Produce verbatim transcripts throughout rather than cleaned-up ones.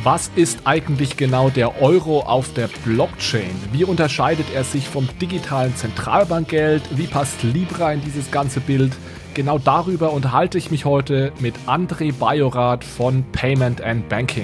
Was ist eigentlich genau der Euro auf der Blockchain? Wie unterscheidet er sich vom digitalen Zentralbankgeld? Wie passt Libra in dieses ganze Bild? Genau darüber unterhalte ich mich heute mit André Bajorath von Payment and Banking.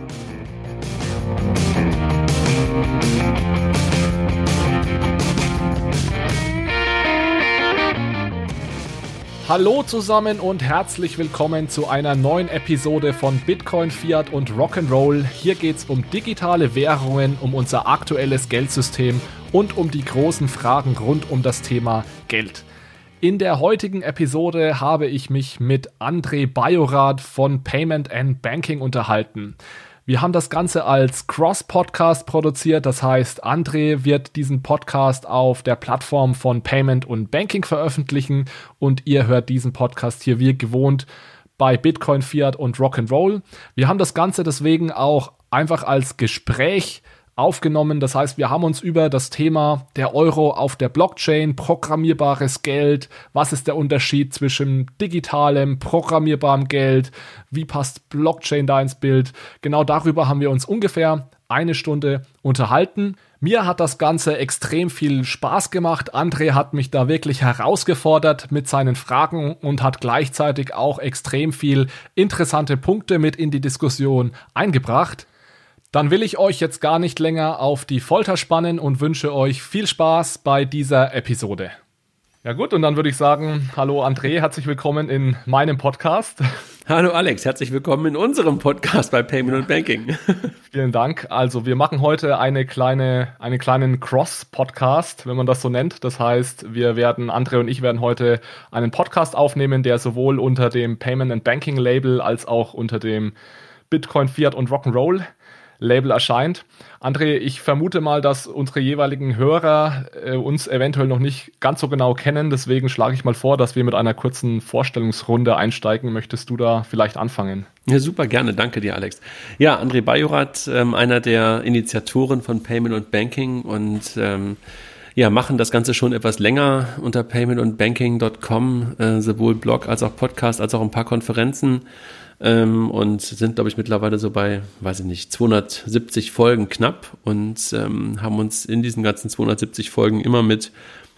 Hallo zusammen und herzlich willkommen zu einer neuen Episode von Bitcoin, Fiat und Rock'n'Roll. Hier geht es um digitale Währungen, um unser aktuelles Geldsystem und um die großen Fragen rund um das Thema Geld. In der heutigen Episode habe ich mich mit André Bajorath von Payment and Banking unterhalten. Wir haben das Ganze als Cross-Podcast produziert, das heißt, André wird diesen Podcast auf der Plattform von Payment und Banking veröffentlichen und ihr hört diesen Podcast hier wie gewohnt bei Bitcoin, Fiat und Rock'n'Roll. Wir haben das Ganze deswegen auch einfach als Gespräch aufgenommen. Das heißt, wir haben uns über das Thema der Euro auf der Blockchain, programmierbares Geld, was ist der Unterschied zwischen digitalem, programmierbarem Geld, wie passt Blockchain da ins Bild, genau darüber haben wir uns ungefähr eine Stunde unterhalten. Mir hat das Ganze extrem viel Spaß gemacht. André hat mich da wirklich herausgefordert mit seinen Fragen und hat gleichzeitig auch extrem viel interessante Punkte mit in die Diskussion eingebracht. Dann will ich euch jetzt gar nicht länger auf die Folter spannen und wünsche euch viel Spaß bei dieser Episode. Ja gut, und dann würde ich sagen, hallo André, herzlich willkommen in meinem Podcast. Hallo Alex, herzlich willkommen in unserem Podcast bei Payment und Banking. Vielen Dank. Also wir machen heute eine kleine, einen kleinen Cross-Podcast, wenn man das so nennt. Das heißt, wir werden, André und ich werden heute einen Podcast aufnehmen, der sowohl unter dem Payment and Banking Label als auch unter dem Bitcoin, Fiat und Rock'n'Roll Label erscheint. André, ich vermute mal, dass unsere jeweiligen Hörer äh, uns eventuell noch nicht ganz so genau kennen. Deswegen schlage ich mal vor, dass wir mit einer kurzen Vorstellungsrunde einsteigen. Möchtest du da vielleicht anfangen? Ja, super gerne. Danke dir, Alex. Ja, André Bajorath, ähm, einer der Initiatoren von Payment und Banking und ähm, ja, machen das Ganze schon etwas länger unter payment und banking dot com, äh, sowohl Blog als auch Podcast, als auch ein paar Konferenzen. Ähm, und sind, glaube ich, mittlerweile so bei, weiß ich nicht, zweihundertsiebzig Folgen knapp und ähm, haben uns in diesen ganzen zweihundertsiebzig Folgen immer mit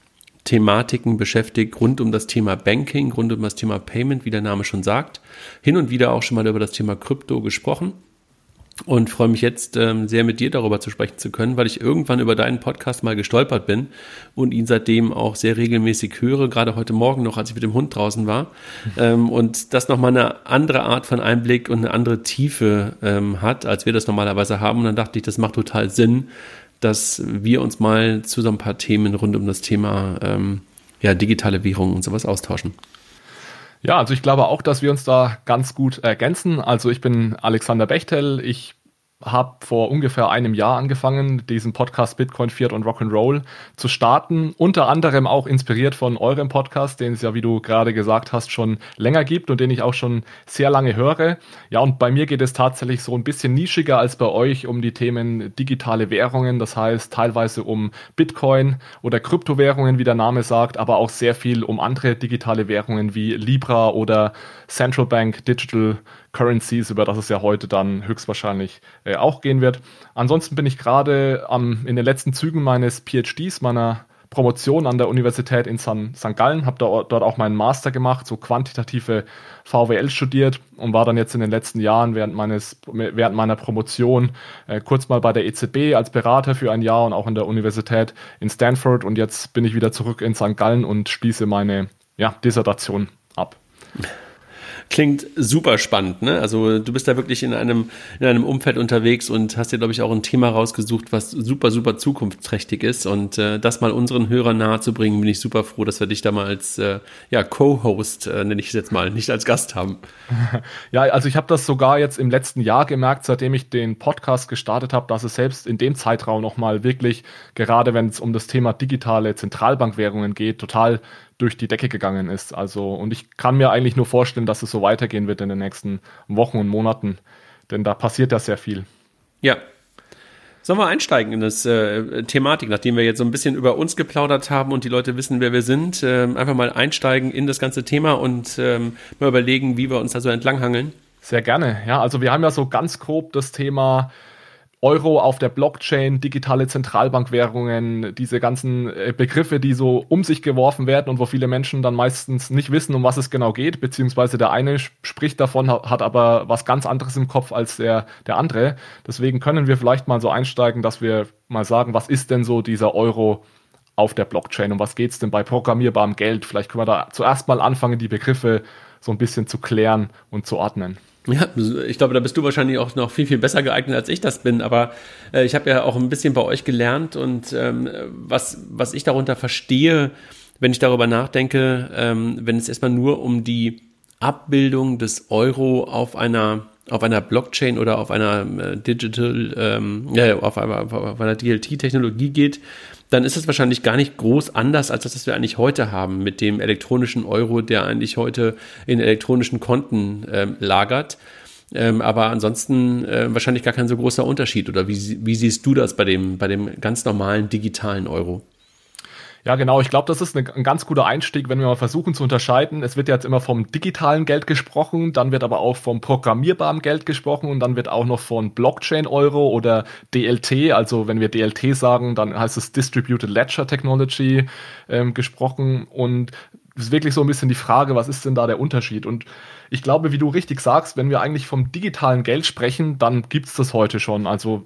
Thematiken beschäftigt rund um das Thema Banking, rund um das Thema Payment, wie der Name schon sagt. Hin und wieder auch schon mal über das Thema Krypto gesprochen. Und freue mich jetzt ähm, sehr mit dir darüber zu sprechen zu können, weil ich irgendwann über deinen Podcast mal gestolpert bin und ihn seitdem auch sehr regelmäßig höre, gerade heute Morgen noch, als ich mit dem Hund draußen war. Ähm, und das nochmal eine andere Art von Einblick und eine andere Tiefe ähm, hat, als wir das normalerweise haben. Und dann dachte ich, das macht total Sinn, dass wir uns mal zu so ein paar Themen rund um das Thema ähm, ja, digitale Währungen und sowas austauschen. Ja, also ich glaube auch, dass wir uns da ganz gut ergänzen. Also ich bin Alexander Bechtel, ich habe vor ungefähr einem Jahr angefangen, diesen Podcast Bitcoin, Fiat und Rock'n'Roll zu starten. Unter anderem auch inspiriert von eurem Podcast, den es ja, wie du gerade gesagt hast, schon länger gibt und den ich auch schon sehr lange höre. Ja, und bei mir geht es tatsächlich so ein bisschen nischiger als bei euch um die Themen digitale Währungen. Das heißt teilweise um Bitcoin oder Kryptowährungen, wie der Name sagt, aber auch sehr viel um andere digitale Währungen wie Libra oder Central Bank Digital Currencies, über das es ja heute dann höchstwahrscheinlich äh, auch gehen wird. Ansonsten bin ich gerade am in den letzten Zügen meines P H Ds, meiner Promotion an der Universität in Sankt Gallen, habe da, dort auch meinen Master gemacht, so quantitative V W L studiert und war dann jetzt in den letzten Jahren während meines während meiner Promotion äh, kurz mal bei der E Z B als Berater für ein Jahr und auch an der Universität in Stanford und jetzt bin ich wieder zurück in Sankt Gallen und schließe meine ja, Dissertation ab. Klingt super spannend, ne? Also du bist da wirklich in einem in einem Umfeld unterwegs und hast dir, glaube ich, auch ein Thema rausgesucht, was super, super zukunftsträchtig ist. Und äh, das mal unseren Hörern nahezubringen, bin ich super froh, dass wir dich da mal als äh, ja, Co-Host, äh, nenne ich es jetzt mal, nicht als Gast haben. Ja, also ich habe das sogar jetzt im letzten Jahr gemerkt, seitdem ich den Podcast gestartet habe, dass es selbst in dem Zeitraum nochmal wirklich, gerade wenn es um das Thema digitale Zentralbankwährungen geht, total durch die Decke gegangen ist. Also, und ich kann mir eigentlich nur vorstellen, dass es so weitergehen wird in den nächsten Wochen und Monaten, denn da passiert ja sehr viel. Ja. Sollen wir einsteigen in das äh, Thematik, nachdem wir jetzt so ein bisschen über uns geplaudert haben und die Leute wissen, wer wir sind, äh, einfach mal einsteigen in das ganze Thema und ähm, mal überlegen, wie wir uns da so entlanghangeln? Sehr gerne. Ja, also wir haben ja so ganz grob das Thema Euro auf der Blockchain, digitale Zentralbankwährungen, diese ganzen äh, Begriffe, die so um sich geworfen werden und wo viele Menschen dann meistens nicht wissen, um was es genau geht, beziehungsweise der eine sp- spricht davon, hat, hat aber was ganz anderes im Kopf als der, der andere. Deswegen können wir vielleicht mal so einsteigen, dass wir mal sagen, was ist denn so dieser Euro auf der Blockchain und was geht's denn bei programmierbarem Geld? Vielleicht können wir da zuerst mal anfangen, die Begriffe so ein bisschen zu klären und zu ordnen. Ja, ich glaube, da bist du wahrscheinlich auch noch viel, viel besser geeignet, als ich das bin. Aber äh, ich habe ja auch ein bisschen bei euch gelernt und ähm, was, was ich darunter verstehe, wenn ich darüber nachdenke, ähm, wenn es erstmal nur um die Abbildung des Euro auf einer auf einer Blockchain oder auf einer äh, Digital, ähm, ja, auf einer, auf einer D L T-Technologie geht, dann ist es wahrscheinlich gar nicht groß anders, als das, was wir eigentlich heute haben mit dem elektronischen Euro, der eigentlich heute in elektronischen Konten ähm, lagert. Ähm, aber ansonsten äh, wahrscheinlich gar kein so großer Unterschied. Oder wie, wie siehst du das bei dem, bei dem ganz normalen digitalen Euro? Ja, genau. Ich glaube, das ist eine, ein ganz guter Einstieg, wenn wir mal versuchen zu unterscheiden. Es wird ja jetzt immer vom digitalen Geld gesprochen, dann wird aber auch vom programmierbaren Geld gesprochen und dann wird auch noch von Blockchain-Euro oder D L T, also wenn wir D L T sagen, dann heißt es Distributed Ledger Technology ähm, gesprochen und es ist wirklich so ein bisschen die Frage, was ist denn da der Unterschied? Und ich glaube, wie du richtig sagst, wenn wir eigentlich vom digitalen Geld sprechen, dann gibt's das heute schon. Also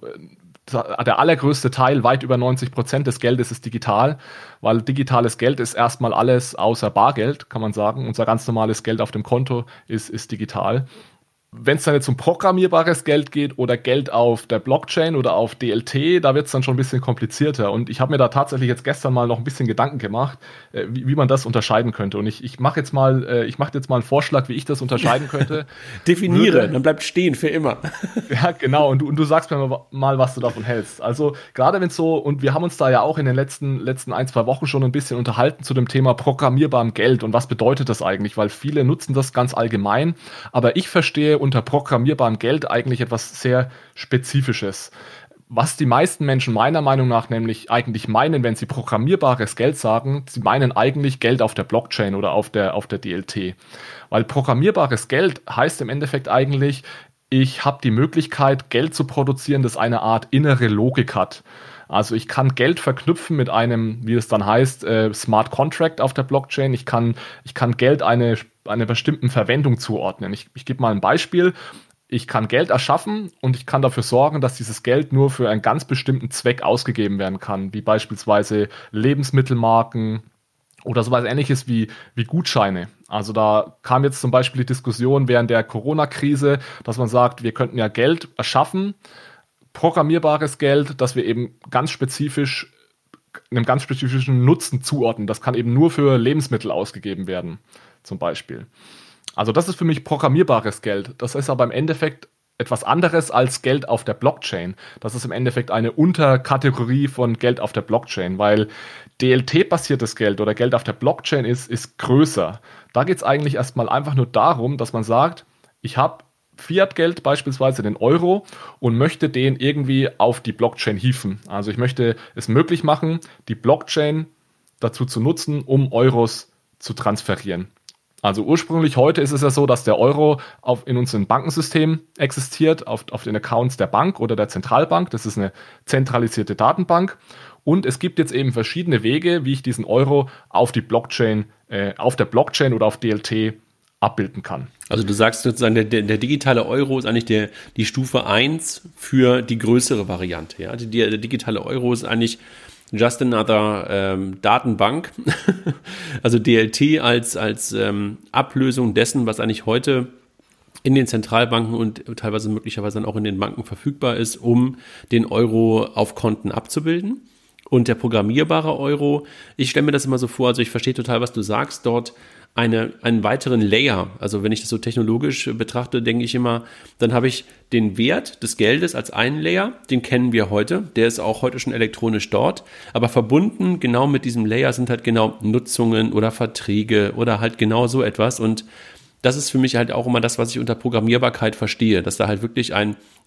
der allergrößte Teil, weit über neunzig Prozent des Geldes ist digital, weil digitales Geld ist erstmal alles außer Bargeld, kann man sagen. Unser ganz normales Geld auf dem Konto ist, ist digital. Wenn es dann jetzt um programmierbares Geld geht oder Geld auf der Blockchain oder auf D L T, da wird es dann schon ein bisschen komplizierter. Und ich habe mir da tatsächlich jetzt gestern mal noch ein bisschen Gedanken gemacht, äh, wie, wie man das unterscheiden könnte. Und ich, ich mache jetzt mal, äh, ich mache jetzt mal einen Vorschlag, wie ich das unterscheiden könnte. Definiere, Würde, dann bleibt stehen für immer. Ja, genau. Und du, und du sagst mir mal, was du davon hältst. Also gerade wenn es so, und wir haben uns da ja auch in den letzten, letzten ein, zwei Wochen schon ein bisschen unterhalten zu dem Thema programmierbarem Geld und was bedeutet das eigentlich, weil viele nutzen das ganz allgemein, aber ich verstehe unter programmierbarem Geld eigentlich etwas sehr Spezifisches. Was die meisten Menschen meiner Meinung nach nämlich eigentlich meinen, wenn sie programmierbares Geld sagen, sie meinen eigentlich Geld auf der Blockchain oder auf der, auf der D L T. Weil programmierbares Geld heißt im Endeffekt eigentlich, ich habe die Möglichkeit, Geld zu produzieren, das eine Art innere Logik hat. Also ich kann Geld verknüpfen mit einem, wie es dann heißt, äh, Smart Contract auf der Blockchain. Ich kann, ich kann Geld eine, einer bestimmten Verwendung zuordnen. Ich, ich gebe mal ein Beispiel. Ich kann Geld erschaffen und ich kann dafür sorgen, dass dieses Geld nur für einen ganz bestimmten Zweck ausgegeben werden kann, wie beispielsweise Lebensmittelmarken oder sowas Ähnliches wie, wie Gutscheine. Also da kam jetzt zum Beispiel die Diskussion während der Corona-Krise, dass man sagt, wir könnten ja Geld erschaffen, programmierbares Geld, das wir eben ganz spezifisch einem ganz spezifischen Nutzen zuordnen. Das kann eben nur für Lebensmittel ausgegeben werden, zum Beispiel. Also das ist für mich programmierbares Geld. Das ist aber im Endeffekt etwas anderes als Geld auf der Blockchain. Das ist im Endeffekt eine Unterkategorie von Geld auf der Blockchain, weil D L T-basiertes Geld oder Geld auf der Blockchain ist, ist größer. Da geht es eigentlich erstmal einfach nur darum, dass man sagt, ich habe Fiat-Geld, beispielsweise den Euro, und möchte den irgendwie auf die Blockchain hieven. Also ich möchte es möglich machen, die Blockchain dazu zu nutzen, um Euros zu transferieren. Also ursprünglich heute ist es ja so, dass der Euro auf, in unserem Bankensystem existiert, auf, auf den Accounts der Bank oder der Zentralbank. Das ist eine zentralisierte Datenbank. Und es gibt jetzt eben verschiedene Wege, wie ich diesen Euro auf die Blockchain, äh, auf der Blockchain oder auf D L T abbilden kann. Also du sagst sozusagen, der, der, der digitale Euro ist eigentlich der, die Stufe eins für die größere Variante. Ja? Die, der digitale Euro ist eigentlich just another ähm, Datenbank, also D L T als, als ähm, Ablösung dessen, was eigentlich heute in den Zentralbanken und teilweise möglicherweise dann auch in den Banken verfügbar ist, um den Euro auf Konten abzubilden. Und der programmierbare Euro, ich stelle mir das immer so vor, also ich verstehe total, was du sagst, dort eine, einen weiteren Layer, also wenn ich das so technologisch betrachte, denke ich immer, dann habe ich den Wert des Geldes als einen Layer, den kennen wir heute, der ist auch heute schon elektronisch dort, aber verbunden genau mit diesem Layer sind halt genau Nutzungen oder Verträge oder halt genau so etwas, und das ist für mich halt auch immer das, was ich unter Programmierbarkeit verstehe, dass da halt wirklich ein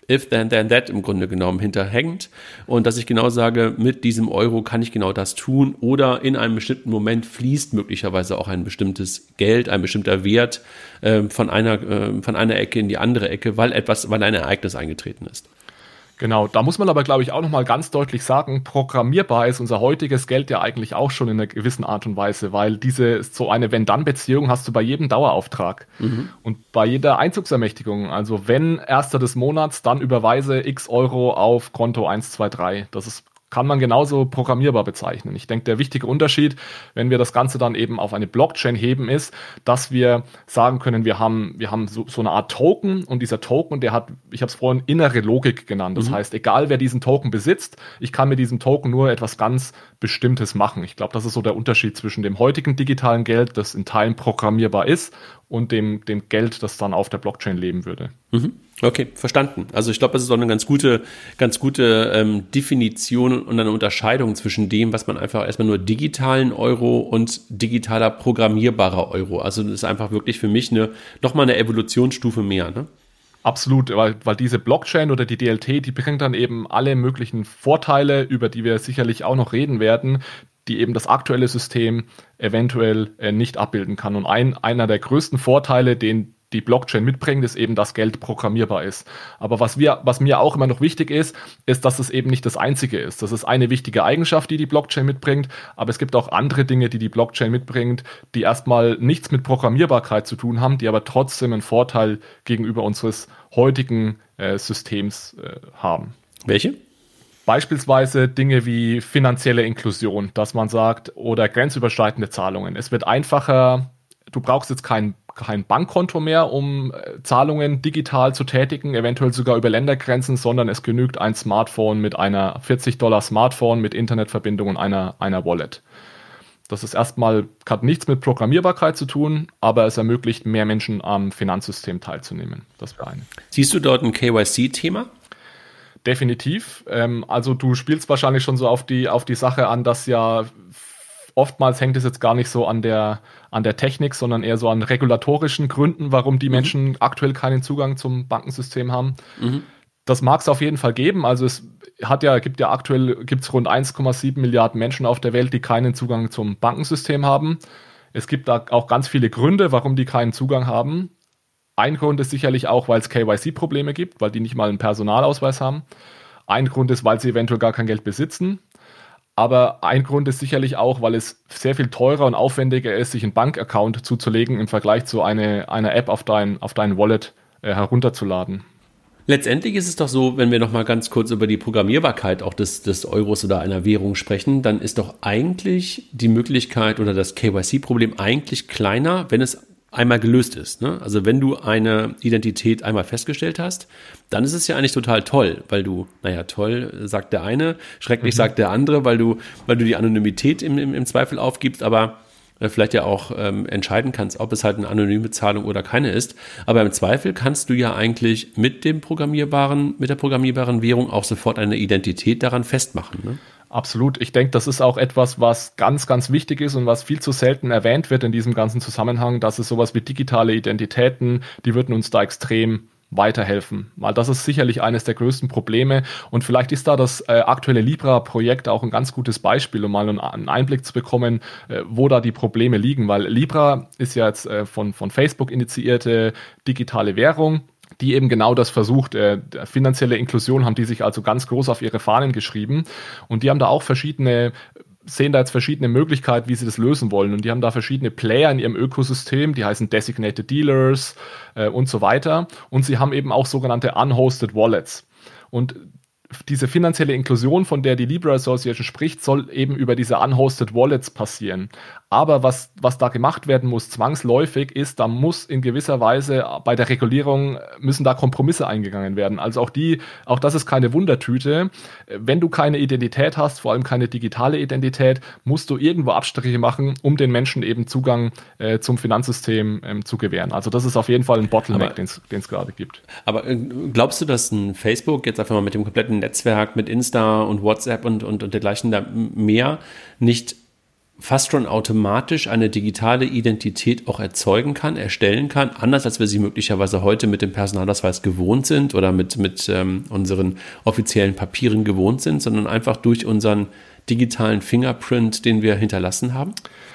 if then then that im Grunde genommen hinterhängt und dass ich genau sage, mit diesem Euro kann ich genau das tun oder in einem bestimmten Moment fließt möglicherweise auch ein bestimmtes Geld, ein bestimmter Wert äh, von einer äh, von einer Ecke in die andere Ecke, weil etwas, weil ein Ereignis eingetreten ist. Genau, da muss man aber, glaube ich, auch nochmal ganz deutlich sagen, programmierbar ist unser heutiges Geld ja eigentlich auch schon in einer gewissen Art und Weise, weil diese so eine Wenn-Dann-Beziehung hast du bei jedem Dauerauftrag mhm. und bei jeder Einzugsermächtigung. Also wenn erster des Monats, dann überweise x Euro auf Konto eins zwei drei. Das ist kann man genauso programmierbar bezeichnen. Ich denke, der wichtige Unterschied, wenn wir das Ganze dann eben auf eine Blockchain heben, ist, dass wir sagen können, wir haben, wir haben so, so eine Art Token und dieser Token, der hat, ich habe es vorhin innere Logik genannt. Das mhm. heißt, egal wer diesen Token besitzt, ich kann mit diesem Token nur etwas ganz Bestimmtes machen. Ich glaube, das ist so der Unterschied zwischen dem heutigen digitalen Geld, das in Teilen programmierbar ist, und dem, dem Geld, das dann auf der Blockchain leben würde. Mhm. Okay, verstanden. Also ich glaube, das ist auch eine ganz gute, ganz gute ähm, Definition und eine Unterscheidung zwischen dem, was man einfach erstmal nur digitalen Euro und digitaler programmierbarer Euro. Also das ist einfach wirklich für mich eine nochmal eine Evolutionsstufe mehr, ne? Absolut, weil, weil diese Blockchain oder die D L T, die bringt dann eben alle möglichen Vorteile, über die wir sicherlich auch noch reden werden, die eben das aktuelle System eventuell äh, nicht abbilden kann. Und ein, einer der größten Vorteile, den die Blockchain mitbringt, ist eben, dass Geld programmierbar ist. Aber was wir, was mir auch immer noch wichtig ist, ist, dass es eben nicht das Einzige ist. Das ist eine wichtige Eigenschaft, die die Blockchain mitbringt, aber es gibt auch andere Dinge, die die Blockchain mitbringt, die erstmal nichts mit Programmierbarkeit zu tun haben, die aber trotzdem einen Vorteil gegenüber unseres heutigen äh, Systems äh, haben. Welche? Beispielsweise Dinge wie finanzielle Inklusion, dass man sagt, oder grenzüberschreitende Zahlungen. Es wird einfacher, du brauchst jetzt kein kein Bankkonto mehr, um Zahlungen digital zu tätigen, eventuell sogar über Ländergrenzen, sondern es genügt ein Smartphone mit einer vierzig Dollar Smartphone mit Internetverbindung und einer, einer Wallet. Das ist erstmal, hat nichts mit Programmierbarkeit zu tun, aber es ermöglicht mehr Menschen am Finanzsystem teilzunehmen. Das wäre eine. Siehst du dort ein K Y C-Thema? Definitiv. Ähm, also du spielst wahrscheinlich schon so auf die, auf die Sache an, dass ja oftmals hängt es jetzt gar nicht so an der, an der Technik, sondern eher so an regulatorischen Gründen, warum die mhm. Menschen aktuell keinen Zugang zum Bankensystem haben. Mhm. Das mag es auf jeden Fall geben. Also es hat ja, gibt ja aktuell gibt's rund eins Komma sieben Milliarden Menschen auf der Welt, die keinen Zugang zum Bankensystem haben. Es gibt da auch ganz viele Gründe, warum die keinen Zugang haben. Ein Grund ist sicherlich auch, weil es K Y C-Probleme gibt, weil die nicht mal einen Personalausweis haben. Ein Grund ist, weil sie eventuell gar kein Geld besitzen. Aber ein Grund ist sicherlich auch, weil es sehr viel teurer und aufwendiger ist, sich einen Bankaccount zuzulegen im Vergleich zu eine, einer App auf dein, auf dein Wallet äh, herunterzuladen. Letztendlich ist es doch so, wenn wir noch mal ganz kurz über die Programmierbarkeit auch des, des Euros oder einer Währung sprechen, dann ist doch eigentlich die Möglichkeit oder das K Y C-Problem eigentlich kleiner, wenn es einmal gelöst ist, ne? Also wenn du eine Identität einmal festgestellt hast, dann ist es ja eigentlich total toll, weil du, naja, toll, sagt der eine, schrecklich mhm. sagt der andere, weil du, weil du die Anonymität im, im, im Zweifel aufgibst, aber äh, vielleicht ja auch ähm, entscheiden kannst, ob es halt eine anonyme Zahlung oder keine ist. Aber im Zweifel kannst du ja eigentlich mit dem programmierbaren, mit der programmierbaren Währung auch sofort eine Identität daran festmachen, ne? Absolut. Ich denke, das ist auch etwas, was ganz, ganz wichtig ist und was viel zu selten erwähnt wird in diesem ganzen Zusammenhang, dass es sowas wie digitale Identitäten, die würden uns da extrem weiterhelfen. Weil das ist sicherlich eines der größten Probleme und vielleicht ist da das äh, aktuelle Libra-Projekt auch ein ganz gutes Beispiel, um mal einen, einen Einblick zu bekommen, äh, wo da die Probleme liegen, weil Libra ist ja jetzt äh, von, von Facebook initiierte digitale Währung, die eben genau das versucht. Äh, finanzielle Inklusion haben die sich also ganz groß auf ihre Fahnen geschrieben und die haben da auch verschiedene, sehen da jetzt verschiedene Möglichkeiten, wie sie das lösen wollen und die haben da verschiedene Player in ihrem Ökosystem, die heißen Designated Dealers äh, und so weiter und sie haben eben auch sogenannte Unhosted Wallets und diese finanzielle Inklusion, von der die Libra Association spricht, soll eben über diese Unhosted Wallets passieren. Aber was, was da gemacht werden muss, zwangsläufig, ist, da muss in gewisser Weise bei der Regulierung, müssen da Kompromisse eingegangen werden. Also auch die, auch das ist keine Wundertüte. Wenn du keine Identität hast, vor allem keine digitale Identität, musst du irgendwo Abstriche machen, um den Menschen eben Zugang äh, zum Finanzsystem ähm, zu gewähren. Also das ist auf jeden Fall ein Bottleneck, den es gerade gibt. Aber äh, glaubst du, dass ein Facebook jetzt einfach mal mit dem kompletten Netzwerk, mit Insta und WhatsApp und, und, und dergleichen da mehr nicht fast schon automatisch eine digitale Identität auch erzeugen kann, erstellen kann, anders als wir sie möglicherweise heute mit dem Personalausweis gewohnt sind oder mit, mit ähm, unseren offiziellen Papieren gewohnt sind, sondern einfach durch unseren digitalen Fingerprint, den wir hinterlassen haben?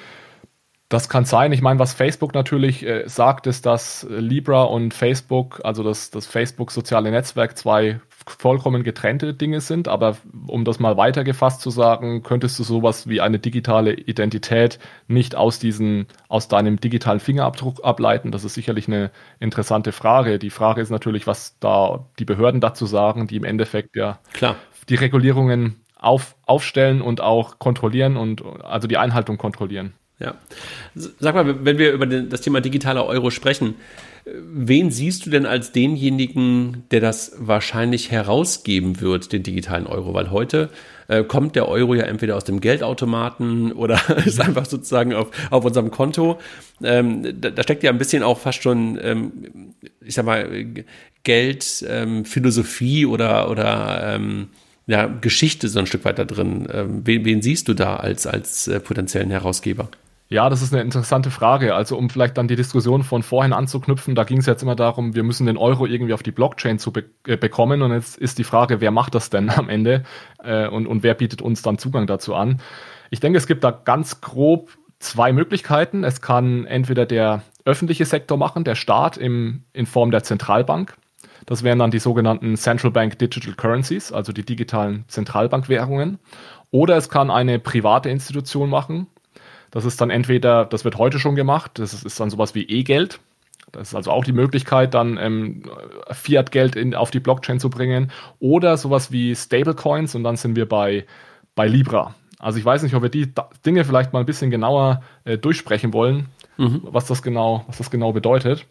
Das kann sein. Ich meine, was Facebook natürlich äh, sagt, ist, dass Libra und Facebook, also das, das Facebook-soziale Netzwerk, zwei vollkommen getrennte Dinge sind. Aber um das mal weitergefasst zu sagen, könntest du sowas wie eine digitale Identität nicht aus diesen, aus deinem digitalen Fingerabdruck ableiten? Das ist sicherlich eine interessante Frage. Die Frage ist natürlich, was da die Behörden dazu sagen, die im Endeffekt ja Klar. die Regulierungen auf, aufstellen und auch kontrollieren und also die Einhaltung kontrollieren. Ja. Sag mal, wenn wir über den, das Thema digitaler Euro sprechen, wen siehst du denn als denjenigen, der das wahrscheinlich herausgeben wird, den digitalen Euro? Weil heute äh, kommt der Euro ja entweder aus dem Geldautomaten oder ist einfach sozusagen auf, auf unserem Konto. Ähm, da, da steckt ja ein bisschen auch fast schon, ähm, ich sag mal, Geld, ähm, Philosophie oder, oder ähm, ja, Geschichte so ein Stück weiter drin. Ähm, wen, wen siehst du da als, als äh, potenziellen Herausgeber? Ja, das ist eine interessante Frage. Also um vielleicht dann die Diskussion von vorhin anzuknüpfen, da ging es jetzt immer darum, wir müssen den Euro irgendwie auf die Blockchain zu be- äh, bekommen und jetzt ist die Frage, wer macht das denn am Ende äh, und, und wer bietet uns dann Zugang dazu an? Ich denke, es gibt da ganz grob zwei Möglichkeiten. Es kann entweder der öffentliche Sektor machen, der Staat im, in Form der Zentralbank. Das wären dann die sogenannten Central Bank Digital Currencies, also die digitalen Zentralbankwährungen. Oder es kann eine private Institution machen. Das ist dann entweder, das wird heute schon gemacht, das ist, ist dann sowas wie E-Geld. Das ist also auch die Möglichkeit, dann ähm, Fiat-Geld in, auf die Blockchain zu bringen. Oder sowas wie Stablecoins und dann sind wir bei, bei Libra. Also ich weiß nicht, ob wir die Dinge vielleicht mal ein bisschen genauer äh, durchsprechen wollen, mhm. was das genau, was das genau bedeutet.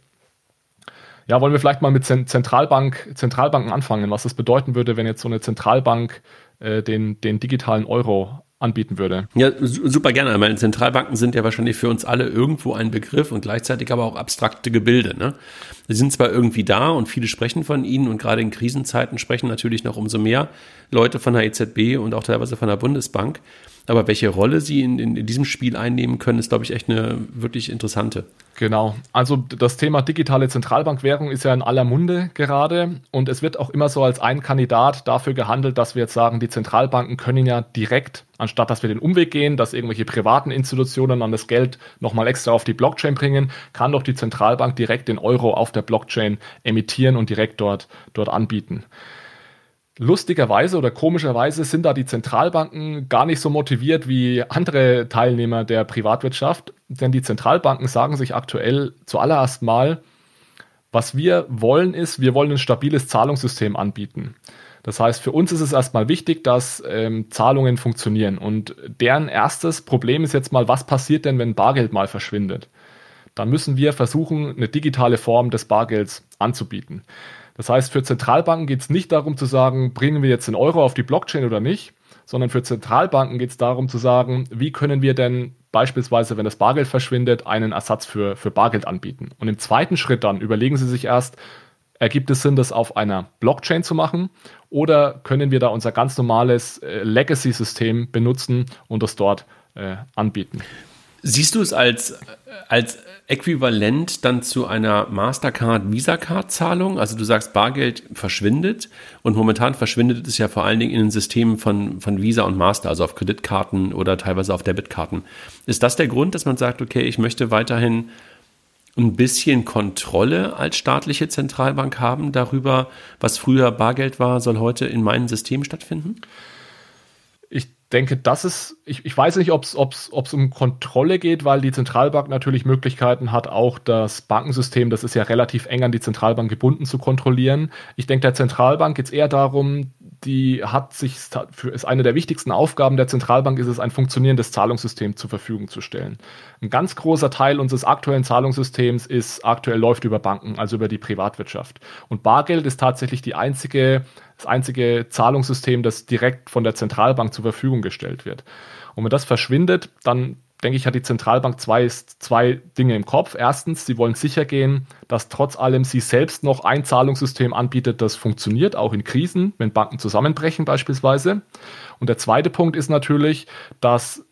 Ja, wollen wir vielleicht mal mit Zentralbank, Zentralbanken anfangen, was das bedeuten würde, wenn jetzt so eine Zentralbank äh, den, den digitalen Euro anbieten würde. Ja, super gerne. Meine Zentralbanken sind ja wahrscheinlich für uns alle irgendwo ein Begriff und gleichzeitig aber auch abstrakte Gebilde. Ne? Sie sind zwar irgendwie da und viele sprechen von ihnen und gerade in Krisenzeiten sprechen natürlich noch umso mehr Leute von der E Z B und auch teilweise von der Bundesbank. Aber welche Rolle sie in, in, in diesem Spiel einnehmen können, ist, glaube ich, echt eine wirklich interessante. Genau. Also das Thema digitale Zentralbankwährung ist ja in aller Munde gerade und es wird auch immer so als ein Kandidat dafür gehandelt, dass wir jetzt sagen, die Zentralbanken können ja direkt, anstatt dass wir den Umweg gehen, dass irgendwelche privaten Institutionen dann das Geld nochmal extra auf die Blockchain bringen, kann doch die Zentralbank direkt den Euro auf der Blockchain emittieren und direkt dort, dort anbieten. Lustigerweise oder komischerweise sind da die Zentralbanken gar nicht so motiviert wie andere Teilnehmer der Privatwirtschaft, denn die Zentralbanken sagen sich aktuell zuallererst mal, was wir wollen ist, wir wollen ein stabiles Zahlungssystem anbieten. Das heißt, für uns ist es erstmal wichtig, dass ähm, Zahlungen funktionieren und deren erstes Problem ist jetzt mal, was passiert denn, wenn Bargeld mal verschwindet? Dann müssen wir versuchen, eine digitale Form des Bargelds anzubieten. Das heißt, für Zentralbanken geht es nicht darum zu sagen, bringen wir jetzt den Euro auf die Blockchain oder nicht, sondern für Zentralbanken geht es darum zu sagen, wie können wir denn beispielsweise, wenn das Bargeld verschwindet, einen Ersatz für, für Bargeld anbieten. Und im zweiten Schritt dann überlegen sie sich erst, ergibt es Sinn, das auf einer Blockchain zu machen oder können wir da unser ganz normales äh, Legacy-System benutzen und das dort äh, anbieten. Siehst du es als, als äquivalent dann zu einer Mastercard-Visa-Card-Zahlung? Also du sagst, Bargeld verschwindet und momentan verschwindet es ja vor allen Dingen in den Systemen von, von Visa und Master, also auf Kreditkarten oder teilweise auf Debitkarten. Ist das der Grund, dass man sagt, okay, ich möchte weiterhin ein bisschen Kontrolle als staatliche Zentralbank haben darüber, was früher Bargeld war, soll heute in meinem System stattfinden? Ich denke, das ist, ich, ich weiß nicht, ob es um Kontrolle geht, weil die Zentralbank natürlich Möglichkeiten hat, auch das Bankensystem, das ist ja relativ eng an die Zentralbank gebunden, zu kontrollieren. Ich denke, der Zentralbank geht es eher darum, die hat sich, für, ist eine der wichtigsten Aufgaben der Zentralbank, ist es, ein funktionierendes Zahlungssystem zur Verfügung zu stellen. Ein ganz großer Teil unseres aktuellen Zahlungssystems ist aktuell läuft über Banken, also über die Privatwirtschaft. Und Bargeld ist tatsächlich die einzige, das einzige Zahlungssystem, das direkt von der Zentralbank zur Verfügung gestellt wird. Und wenn das verschwindet, dann denke ich, hat die Zentralbank zwei, zwei Dinge im Kopf. Erstens, sie wollen sicher gehen, dass trotz allem sie selbst noch ein Zahlungssystem anbietet, das funktioniert, auch in Krisen, wenn Banken zusammenbrechen beispielsweise. Und der zweite Punkt ist natürlich, dass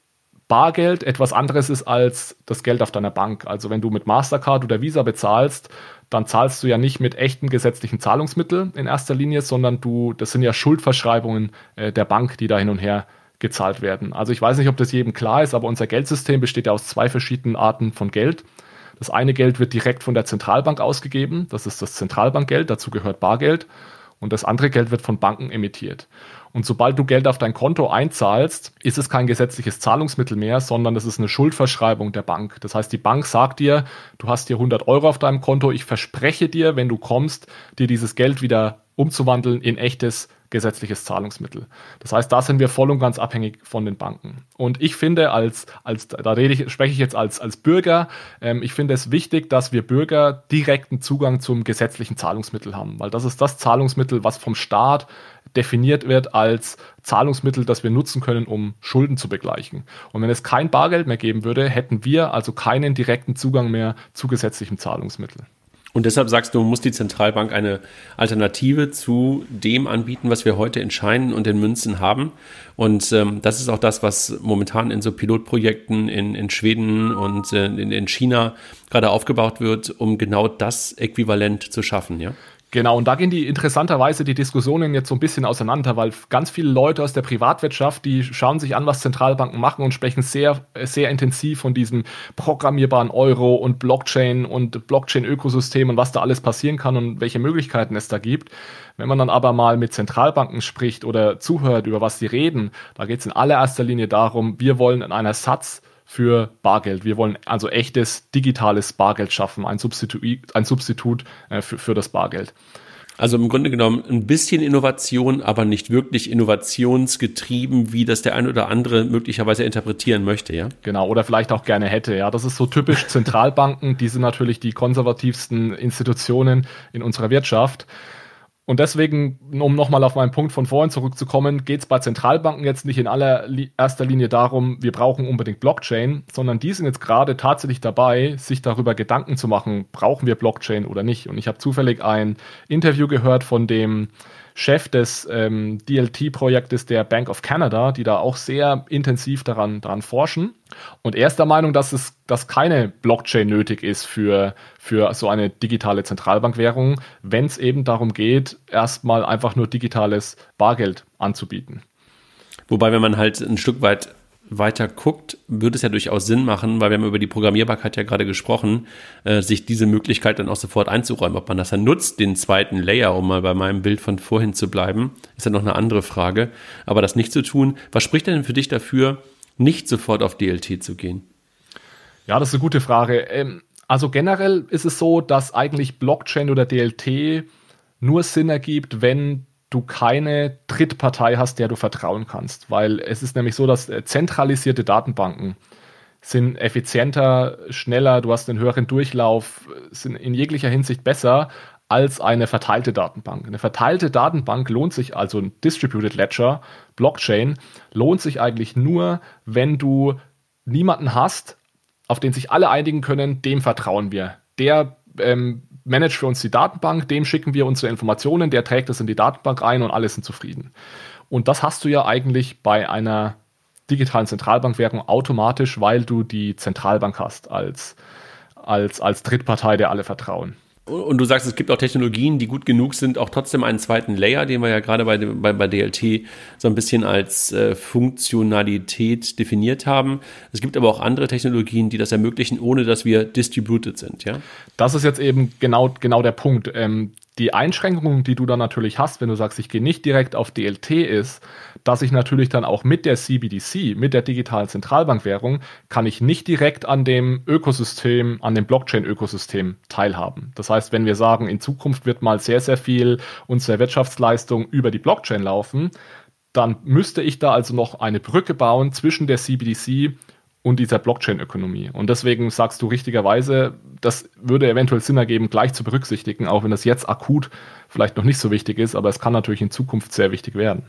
Bargeld etwas anderes ist als das Geld auf deiner Bank. Also wenn du mit Mastercard oder Visa bezahlst, dann zahlst du ja nicht mit echten gesetzlichen Zahlungsmitteln in erster Linie, sondern du, das sind ja Schuldverschreibungen äh, der Bank, die da hin und her gezahlt werden. Also ich weiß nicht, ob das jedem klar ist, aber unser Geldsystem besteht ja aus zwei verschiedenen Arten von Geld. Das eine Geld wird direkt von der Zentralbank ausgegeben, das ist das Zentralbankgeld, dazu gehört Bargeld. Und das andere Geld wird von Banken emittiert. Und sobald du Geld auf dein Konto einzahlst, ist es kein gesetzliches Zahlungsmittel mehr, sondern es ist eine Schuldverschreibung der Bank. Das heißt, die Bank sagt dir, du hast hier hundert Euro auf deinem Konto, ich verspreche dir, wenn du kommst, dir dieses Geld wieder umzuwandeln in echtes gesetzliches Zahlungsmittel. Das heißt, da sind wir voll und ganz abhängig von den Banken. Und ich finde, als, als da rede ich, spreche ich jetzt als, als Bürger, ähm, ich finde es wichtig, dass wir Bürger direkten Zugang zum gesetzlichen Zahlungsmittel haben, weil das ist das Zahlungsmittel, was vom Staat definiert wird als Zahlungsmittel, das wir nutzen können, um Schulden zu begleichen. Und wenn es kein Bargeld mehr geben würde, hätten wir also keinen direkten Zugang mehr zu gesetzlichem Zahlungsmittel. Und deshalb sagst du, muss die Zentralbank eine Alternative zu dem anbieten, was wir heute in Scheinen und in Münzen haben. Und ähm, das ist auch das, was momentan in so Pilotprojekten in, in Schweden und äh, in, in China gerade aufgebaut wird, um genau das Äquivalent zu schaffen, ja? Genau, und da gehen die interessanterweise die Diskussionen jetzt so ein bisschen auseinander, weil ganz viele Leute aus der Privatwirtschaft, die schauen sich an, was Zentralbanken machen und sprechen sehr, sehr intensiv von diesem programmierbaren Euro und Blockchain und Blockchain-Ökosystem und was da alles passieren kann und welche Möglichkeiten es da gibt. Wenn man dann aber mal mit Zentralbanken spricht oder zuhört, über was sie reden, da geht es in allererster Linie darum, wir wollen in einer Satz für Bargeld. Wir wollen also echtes digitales Bargeld schaffen, ein Substitut, ein Substitut äh, für, für das Bargeld. Also im Grunde genommen ein bisschen Innovation, aber nicht wirklich innovationsgetrieben, wie das der ein oder andere möglicherweise interpretieren möchte, ja? Genau, oder vielleicht auch gerne hätte, ja. Das ist so typisch Zentralbanken, die sind natürlich die konservativsten Institutionen in unserer Wirtschaft. Und deswegen, um nochmal auf meinen Punkt von vorhin zurückzukommen, geht es bei Zentralbanken jetzt nicht in allererster Linie darum, wir brauchen unbedingt Blockchain, sondern die sind jetzt gerade tatsächlich dabei, sich darüber Gedanken zu machen, brauchen wir Blockchain oder nicht. Und ich habe zufällig ein Interview gehört von dem Chef des ähm, D L T-Projektes der Bank of Canada, die da auch sehr intensiv daran, daran forschen. Und er ist der Meinung, dass es dass keine Blockchain nötig ist für, für so eine digitale Zentralbankwährung, wenn es eben darum geht, erstmal einfach nur digitales Bargeld anzubieten. Wobei, wenn man halt ein Stück weit weiter guckt, würde es ja durchaus Sinn machen, weil wir haben über die Programmierbarkeit ja gerade gesprochen, äh, sich diese Möglichkeit dann auch sofort einzuräumen. Ob man das dann nutzt, den zweiten Layer, um mal bei meinem Bild von vorhin zu bleiben, ist ja noch eine andere Frage. Aber das nicht zu tun, was spricht denn für dich dafür, nicht sofort auf D L T zu gehen? Ja, das ist eine gute Frage. Also generell ist es so, dass eigentlich Blockchain oder D L T nur Sinn ergibt, wenn du keine Drittpartei hast, der du vertrauen kannst. Weil es ist nämlich so, dass zentralisierte Datenbanken sind effizienter, schneller, du hast einen höheren Durchlauf, sind in jeglicher Hinsicht besser als eine verteilte Datenbank. Eine verteilte Datenbank lohnt sich, also ein Distributed Ledger, Blockchain, lohnt sich eigentlich nur, wenn du niemanden hast, auf den sich alle einigen können, dem vertrauen wir. Der ähm, managt für uns die Datenbank, dem schicken wir unsere Informationen, der trägt das in die Datenbank ein und alle sind zufrieden. Und das hast du ja eigentlich bei einer digitalen Zentralbankwährung automatisch, weil du die Zentralbank hast als, als, als Drittpartei, der alle vertrauen. Und du sagst, es gibt auch Technologien, die gut genug sind, auch trotzdem einen zweiten Layer, den wir ja gerade bei, bei, bei D L T so ein bisschen als äh, Funktionalität definiert haben. Es gibt aber auch andere Technologien, die das ermöglichen, ohne dass wir distributed sind, ja? Das ist jetzt eben genau, genau der Punkt. Ähm, die Einschränkungen, die du dann natürlich hast, wenn du sagst, ich gehe nicht direkt auf D L T, ist, dass ich natürlich dann auch mit der C B D C, mit der digitalen Zentralbankwährung, kann ich nicht direkt an dem Ökosystem, an dem Blockchain-Ökosystem teilhaben. Das heißt, wenn wir sagen, in Zukunft wird mal sehr, sehr viel unserer Wirtschaftsleistung über die Blockchain laufen, dann müsste ich da also noch eine Brücke bauen zwischen der C B D C und dieser Blockchain-Ökonomie. Und deswegen sagst du richtigerweise, das würde eventuell Sinn ergeben, gleich zu berücksichtigen, auch wenn das jetzt akut vielleicht noch nicht so wichtig ist, aber es kann natürlich in Zukunft sehr wichtig werden.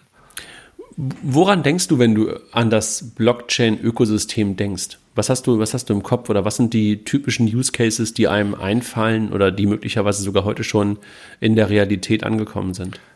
Woran denkst du, wenn du an das Blockchain-Ökosystem denkst? Was hast du, was hast du im Kopf oder was sind die typischen Use Cases, die einem einfallen oder die möglicherweise sogar heute schon in der Realität angekommen sind?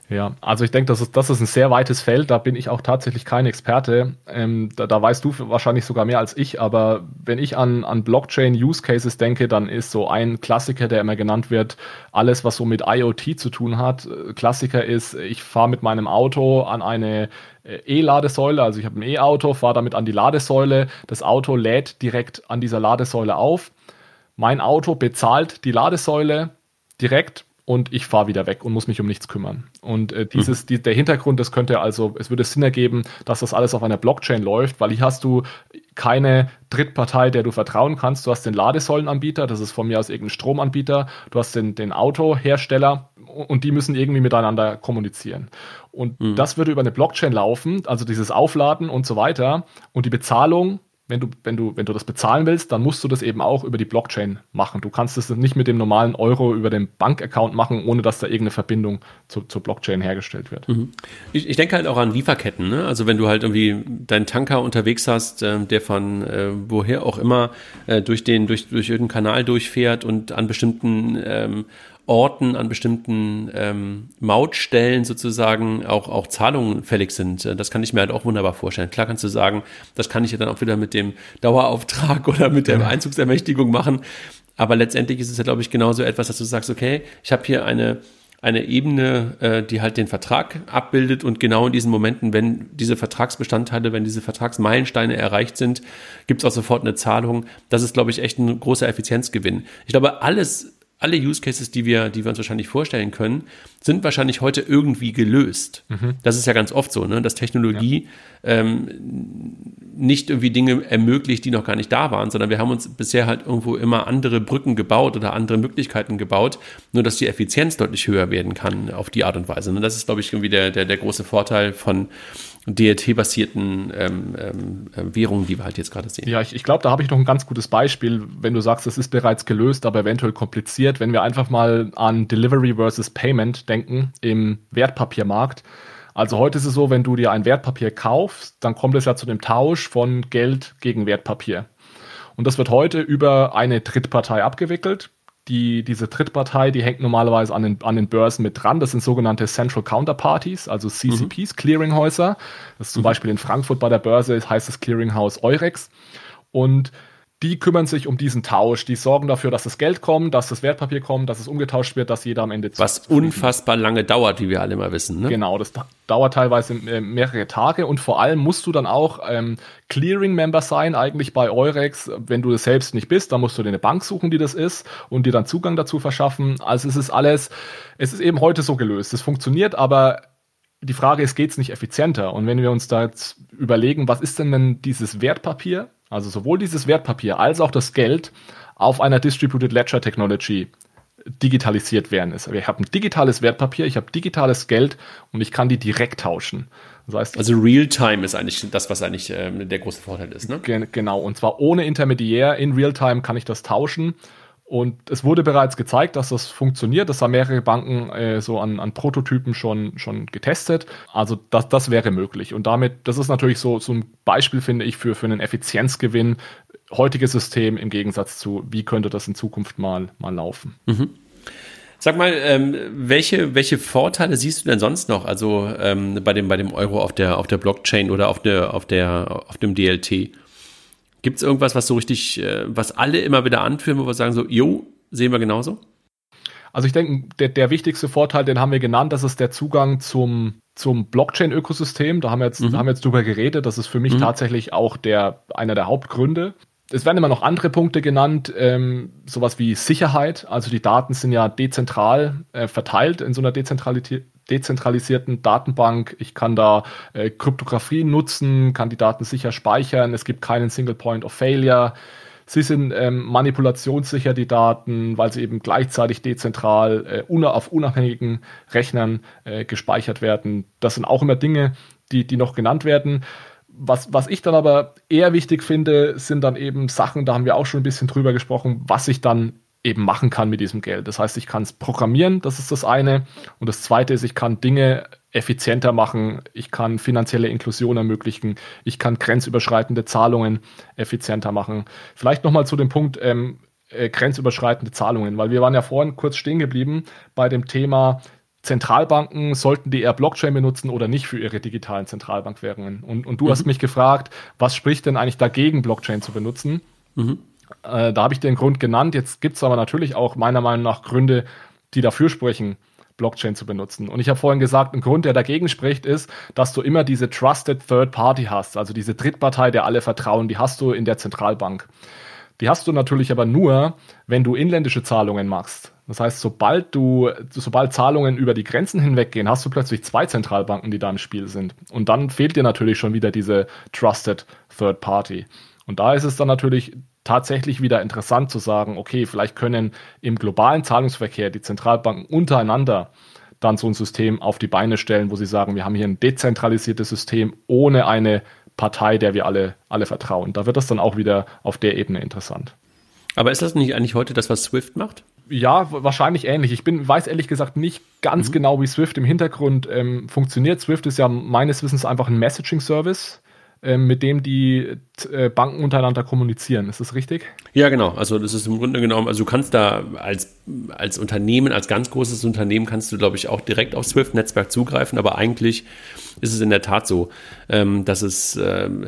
Ja, also ich denke, das ist, das ist ein sehr weites Feld, da bin ich auch tatsächlich kein Experte. Ähm, da, da weißt du wahrscheinlich sogar mehr als ich, aber wenn ich an, an Blockchain-Use-Cases denke, dann ist so ein Klassiker, der immer genannt wird, alles, was so mit IoT zu tun hat. Klassiker ist, ich fahre mit meinem Auto an eine E-Ladesäule, also ich habe ein E-Auto, fahre damit an die Ladesäule, das Auto lädt direkt an dieser Ladesäule auf, mein Auto bezahlt die Ladesäule direkt und ich fahre wieder weg und muss mich um nichts kümmern. Und äh, dieses, mhm. die, der Hintergrund, das könnte also, es würde Sinn ergeben, dass das alles auf einer Blockchain läuft, weil hier hast du keine Drittpartei, der du vertrauen kannst. Du hast den Ladesäulenanbieter, das ist von mir aus irgendein Stromanbieter, du hast den, den Autohersteller und die müssen irgendwie miteinander kommunizieren. Und mhm. das würde über eine Blockchain laufen, also dieses Aufladen und so weiter und die Bezahlung. Wenn du, wenn du, wenn du das bezahlen willst, dann musst du das eben auch über die Blockchain machen. Du kannst es nicht mit dem normalen Euro über den Bankaccount machen, ohne dass da irgendeine Verbindung zu, zur Blockchain hergestellt wird. Mhm. Ich, ich denke halt auch an Lieferketten, ne? Also wenn du halt irgendwie deinen Tanker unterwegs hast, äh, der von äh, woher auch immer äh, durch den, durch, durch irgendeinen Kanal durchfährt und an bestimmten ähm, Orten, an bestimmten ähm, Mautstellen sozusagen auch, auch Zahlungen fällig sind. Das kann ich mir halt auch wunderbar vorstellen. Klar kannst du sagen, das kann ich ja dann auch wieder mit dem Dauerauftrag oder mit der Einzugsermächtigung machen. Aber letztendlich ist es ja, glaube ich, genauso etwas, dass du sagst, okay, ich habe hier eine eine Ebene, äh, die halt den Vertrag abbildet und genau in diesen Momenten, wenn diese Vertragsbestandteile, wenn diese Vertragsmeilensteine erreicht sind, gibt es auch sofort eine Zahlung. Das ist, glaube ich, echt ein großer Effizienzgewinn. Ich glaube, alles Alle Use Cases, die wir, die wir uns wahrscheinlich vorstellen können, sind wahrscheinlich heute irgendwie gelöst. Mhm. Das ist ja ganz oft so, ne? Dass Technologie ja. ähm, nicht irgendwie Dinge ermöglicht, die noch gar nicht da waren, sondern wir haben uns bisher halt irgendwo immer andere Brücken gebaut oder andere Möglichkeiten gebaut, nur dass die Effizienz deutlich höher werden kann auf die Art und Weise. Und das ist, glaube ich, irgendwie der, der, der große Vorteil von D L T-basierten ähm, ähm, Währungen, die wir halt jetzt gerade sehen. Ja, ich, ich glaube, da habe ich noch ein ganz gutes Beispiel, wenn du sagst, es ist bereits gelöst, aber eventuell kompliziert. Wenn wir einfach mal an Delivery versus Payment denken im Wertpapiermarkt. Also heute ist es so, wenn du dir ein Wertpapier kaufst, dann kommt es ja zu dem Tausch von Geld gegen Wertpapier. Und das wird heute über eine Drittpartei abgewickelt. Die, diese Drittpartei, die hängt normalerweise an den, an den Börsen mit dran. Das sind sogenannte Central Counterparties, also C C Ps, mhm. Clearinghäuser. Das ist zum mhm. Beispiel in Frankfurt bei der Börse, heißt das Clearinghouse Eurex. Und die kümmern sich um diesen Tausch. Die sorgen dafür, dass das Geld kommt, dass das Wertpapier kommt, dass es umgetauscht wird, dass jeder am Ende... Was unfassbar lange dauert, wie wir alle mal wissen. Ne? Genau, das dauert teilweise mehrere Tage und vor allem musst du dann auch ähm, Clearing-Member sein, eigentlich bei Eurex. Wenn du das selbst nicht bist, dann musst du dir eine Bank suchen, die das ist und dir dann Zugang dazu verschaffen. Also es ist alles, es ist eben heute so gelöst. Es funktioniert, aber die Frage ist, geht es nicht effizienter? Und wenn wir uns da jetzt überlegen, was ist denn denn dieses Wertpapier? Also sowohl dieses Wertpapier als auch das Geld auf einer Distributed Ledger Technology digitalisiert werden ist. Ich habe ein digitales Wertpapier, ich habe digitales Geld und ich kann die direkt tauschen. Das heißt, also Realtime ist eigentlich das, was eigentlich äh, der große Vorteil ist. Ne? Gen- genau, und zwar ohne Intermediär. In Realtime kann ich das tauschen. Und es wurde bereits gezeigt, dass das funktioniert. Das haben mehrere Banken äh, so an, an Prototypen schon, schon getestet. Also das, das wäre möglich. Und damit, das ist natürlich so, so ein Beispiel, finde ich, für, für einen Effizienzgewinn. Heutiges System im Gegensatz zu, wie könnte das in Zukunft mal, mal laufen. Mhm. Sag mal, ähm, welche, welche Vorteile siehst du denn sonst noch? Also ähm, bei dem, bei dem Euro auf der, auf der Blockchain oder auf der, auf der, auf dem D L T? Gibt es irgendwas, was so richtig, was alle immer wieder anführen, wo wir sagen so, jo, sehen wir genauso? Also ich denke, der, der wichtigste Vorteil, den haben wir genannt, das ist der Zugang zum, zum Blockchain-Ökosystem. Da haben wir jetzt, mhm. da haben wir jetzt drüber geredet. Das ist für mich mhm. tatsächlich auch der, einer der Hauptgründe. Es werden immer noch andere Punkte genannt, ähm, sowas wie Sicherheit. Also die Daten sind ja dezentral äh, verteilt in so einer Dezentralität. dezentralisierten Datenbank. Ich kann da äh, Kryptographie nutzen, kann die Daten sicher speichern. Es gibt keinen Single Point of Failure. Sie sind ähm, manipulationssicher, die Daten, weil sie eben gleichzeitig dezentral äh, una- auf unabhängigen Rechnern äh, gespeichert werden. Das sind auch immer Dinge, die, die noch genannt werden. Was, was ich dann aber eher wichtig finde, sind dann eben Sachen, da haben wir auch schon ein bisschen drüber gesprochen, was ich dann eben machen kann mit diesem Geld. Das heißt, ich kann es programmieren, das ist das eine. Und das zweite ist, ich kann Dinge effizienter machen, ich kann finanzielle Inklusion ermöglichen, ich kann grenzüberschreitende Zahlungen effizienter machen. Vielleicht nochmal zu dem Punkt ähm, äh, grenzüberschreitende Zahlungen, weil wir waren ja vorhin kurz stehen geblieben bei dem Thema Zentralbanken, sollten die eher Blockchain benutzen oder nicht für ihre digitalen Zentralbankwährungen? Und, und du mhm. hast mich gefragt, was spricht denn eigentlich dagegen, Blockchain zu benutzen? Mhm. Äh, da habe ich den Grund genannt. Jetzt gibt es aber natürlich auch meiner Meinung nach Gründe, die dafür sprechen, Blockchain zu benutzen. Und ich habe vorhin gesagt, ein Grund, der dagegen spricht, ist, dass du immer diese Trusted Third Party hast, also diese Drittpartei, der alle vertrauen, die hast du in der Zentralbank. Die hast du natürlich aber nur, wenn du inländische Zahlungen machst. Das heißt, sobald du, sobald Zahlungen über die Grenzen hinweggehen, hast du plötzlich zwei Zentralbanken, die da im Spiel sind. Und dann fehlt dir natürlich schon wieder diese Trusted Third Party. Und da ist es dann natürlich tatsächlich wieder interessant zu sagen, okay, vielleicht können im globalen Zahlungsverkehr die Zentralbanken untereinander dann so ein System auf die Beine stellen, wo sie sagen, wir haben hier ein dezentralisiertes System ohne eine Partei, der wir alle, alle vertrauen. Da wird das dann auch wieder auf der Ebene interessant. Aber ist das nicht eigentlich heute das, was Swift macht? Ja, wahrscheinlich ähnlich. Ich bin, weiß ehrlich gesagt nicht ganz mhm. genau, wie Swift im Hintergrund ähm, funktioniert. Swift ist ja meines Wissens einfach ein Messaging-Service, ähm, mit dem die äh, Banken untereinander kommunizieren. Ist das richtig? Ja, genau. Also das ist im Grunde genommen, also du kannst da als, als Unternehmen, als ganz großes Unternehmen kannst du, glaube ich, auch direkt auf Swift-Netzwerk zugreifen, aber eigentlich ist es in der Tat so, ähm, dass es ähm,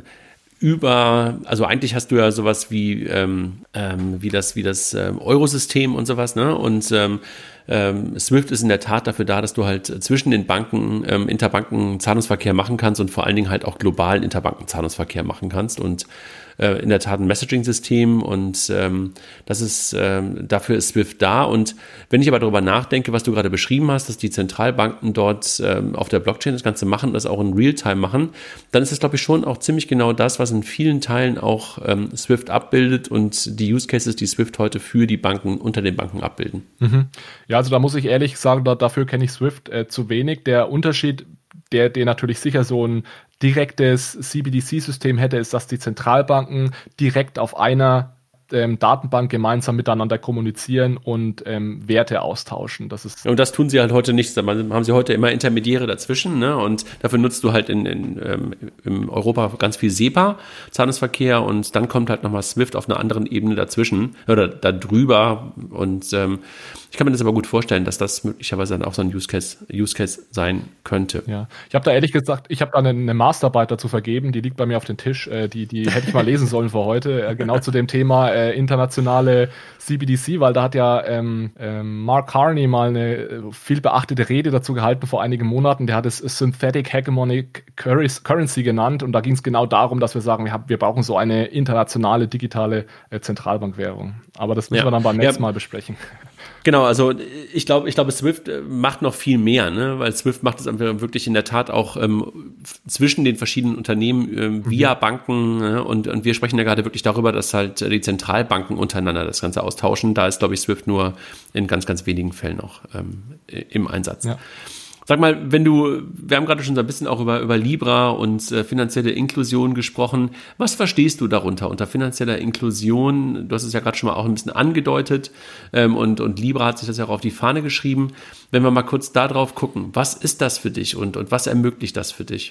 über, also eigentlich hast du ja sowas wie, ähm, ähm, wie das, wie das ähm, Eurosystem und sowas, ne? Und ähm, ähm, Swift ist in der Tat dafür da, dass du halt zwischen den Banken ähm, Interbanken-Zahlungsverkehr machen kannst und vor allen Dingen halt auch globalen Interbanken-Zahlungsverkehr machen kannst und äh, in der Tat ein Messaging-System und ähm, das ist, ähm, dafür ist Swift da. Und wenn ich aber darüber nachdenke, was du gerade beschrieben hast, dass die Zentralbanken dort ähm, auf der Blockchain das Ganze machen und das auch in Realtime machen, dann ist das, glaube ich, schon auch ziemlich genau das, was in vielen Teilen auch ähm, Swift abbildet und die Use Cases, die Swift heute für die Banken, unter den Banken abbilden. Mhm. Ja, also da muss ich ehrlich sagen, da, dafür kenne ich Swift äh, zu wenig. Der Unterschied, der, der natürlich sicher so ein direktes C B D C-System hätte, ist, dass die Zentralbanken direkt auf einer ähm, Datenbank gemeinsam miteinander kommunizieren und ähm, Werte austauschen. Das ist und das tun sie halt heute nicht. Da haben sie heute immer Intermediäre dazwischen, ne? Und dafür nutzt du halt in, in, ähm, in Europa ganz viel SEPA, Zahlungsverkehr, und dann kommt halt nochmal Swift auf einer anderen Ebene dazwischen oder da drüber. Und ähm, ich kann mir das aber gut vorstellen, dass das möglicherweise dann auch so ein Use Case, Use Case sein könnte. Ja, ich habe da ehrlich gesagt, ich habe da eine, eine Masterarbeit dazu vergeben, die liegt bei mir auf dem Tisch, äh, die, die hätte ich mal lesen sollen für heute, äh, genau zu dem Thema äh, internationale C B D C, weil da hat ja ähm, ähm, Mark Carney mal eine viel beachtete Rede dazu gehalten vor einigen Monaten. Der hat es Synthetic Hegemonic Currency genannt und da ging es genau darum, dass wir sagen, wir, haben, wir brauchen so eine internationale digitale äh, Zentralbankwährung. Aber das müssen ja. wir dann beim nächsten ja. Mal besprechen. Genau, also ich glaube, ich glaube, Swift macht noch viel mehr, ne? Weil Swift macht es wirklich in der Tat auch ähm, zwischen den verschiedenen Unternehmen ähm, via mhm. Banken, ne? und, und wir sprechen ja gerade wirklich darüber, dass halt die Zentralbanken untereinander das Ganze austauschen. Da ist, glaube ich, Swift nur in ganz, ganz wenigen Fällen noch ähm, im Einsatz. Ja. Sag mal, wenn du, wir haben gerade schon so ein bisschen auch über, über Libra und äh, finanzielle Inklusion gesprochen. Was verstehst du darunter unter finanzieller Inklusion? Du hast es ja gerade schon mal auch ein bisschen angedeutet ähm, und, und Libra hat sich das ja auch auf die Fahne geschrieben. Wenn wir mal kurz da drauf gucken, was ist das für dich und, und was ermöglicht das für dich?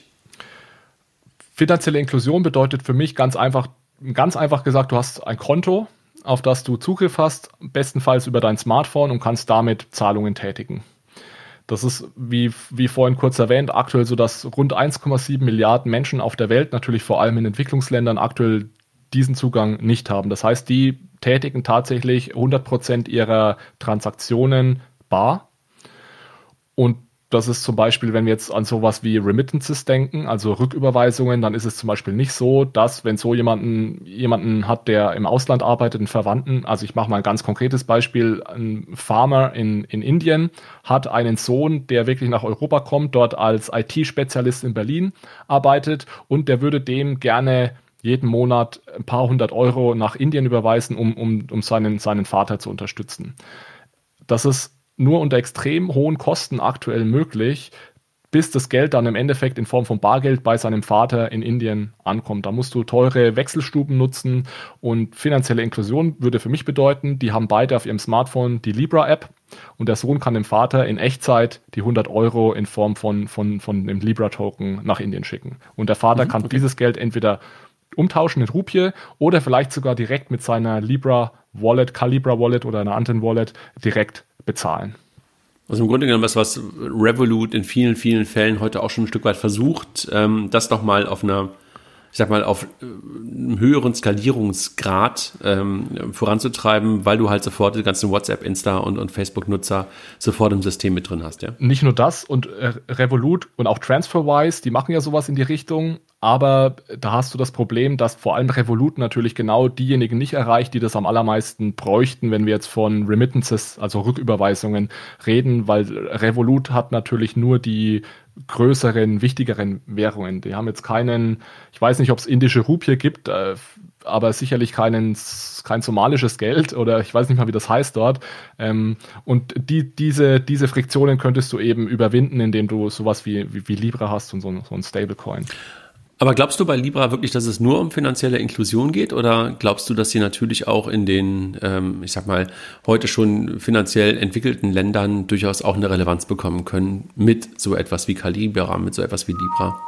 Finanzielle Inklusion bedeutet für mich ganz einfach, ganz einfach gesagt, du hast ein Konto, auf das du Zugriff hast, bestenfalls über dein Smartphone und kannst damit Zahlungen tätigen. Das ist, wie, wie vorhin kurz erwähnt, aktuell so, dass rund eins Komma sieben Milliarden Menschen auf der Welt, natürlich vor allem in Entwicklungsländern, aktuell diesen Zugang nicht haben. Das heißt, die tätigen tatsächlich hundert Prozent ihrer Transaktionen bar. Und das ist zum Beispiel, wenn wir jetzt an sowas wie Remittances denken, also Rücküberweisungen, dann ist es zum Beispiel nicht so, dass, wenn so jemanden, jemanden hat, der im Ausland arbeitet, einen Verwandten, also ich mache mal ein ganz konkretes Beispiel, ein Farmer in, in Indien hat einen Sohn, der wirklich nach Europa kommt, dort als I T-Spezialist in Berlin arbeitet und der würde dem gerne jeden Monat ein paar hundert Euro nach Indien überweisen, um, um, um seinen, seinen Vater zu unterstützen. Das ist nur unter extrem hohen Kosten aktuell möglich, bis das Geld dann im Endeffekt in Form von Bargeld bei seinem Vater in Indien ankommt. Da musst du teure Wechselstuben nutzen und finanzielle Inklusion würde für mich bedeuten, die haben beide auf ihrem Smartphone die Libra-App und der Sohn kann dem Vater in Echtzeit die hundert Euro in Form von, von, von dem Libra-Token nach Indien schicken. Und der Vater mhm, kann okay. dieses Geld entweder umtauschen mit Rupie oder vielleicht sogar direkt mit seiner Libra-Wallet, Calibra-Wallet oder einer anderen Wallet direkt bezahlen. Also im Grunde genommen das, was Revolut in vielen, vielen Fällen heute auch schon ein Stück weit versucht, ähm, das doch mal auf einer, ich sag mal, auf einem höheren Skalierungsgrad ähm, voranzutreiben, weil du halt sofort die ganzen WhatsApp, Insta und, und Facebook-Nutzer sofort im System mit drin hast, ja? Nicht nur das, und äh, Revolut und auch TransferWise, die machen ja sowas in die Richtung, aber da hast du das Problem, dass vor allem Revolut natürlich genau diejenigen nicht erreicht, die das am allermeisten bräuchten, wenn wir jetzt von Remittances, also Rücküberweisungen reden, weil Revolut hat natürlich nur die größeren, wichtigeren Währungen. Die haben jetzt keinen, ich weiß nicht, ob es indische Rupie gibt, äh, aber sicherlich keinen, kein somalisches Geld oder ich weiß nicht mal, wie das heißt dort. Ähm, und die, diese, diese Friktionen könntest du eben überwinden, indem du sowas wie, wie, wie Libra hast und so, so ein Stablecoin. Aber glaubst du bei Libra wirklich, dass es nur um finanzielle Inklusion geht oder glaubst du, dass sie natürlich auch in den, ähm, ich sag mal, heute schon finanziell entwickelten Ländern durchaus auch eine Relevanz bekommen können mit so etwas wie Calibra, mit so etwas wie Libra?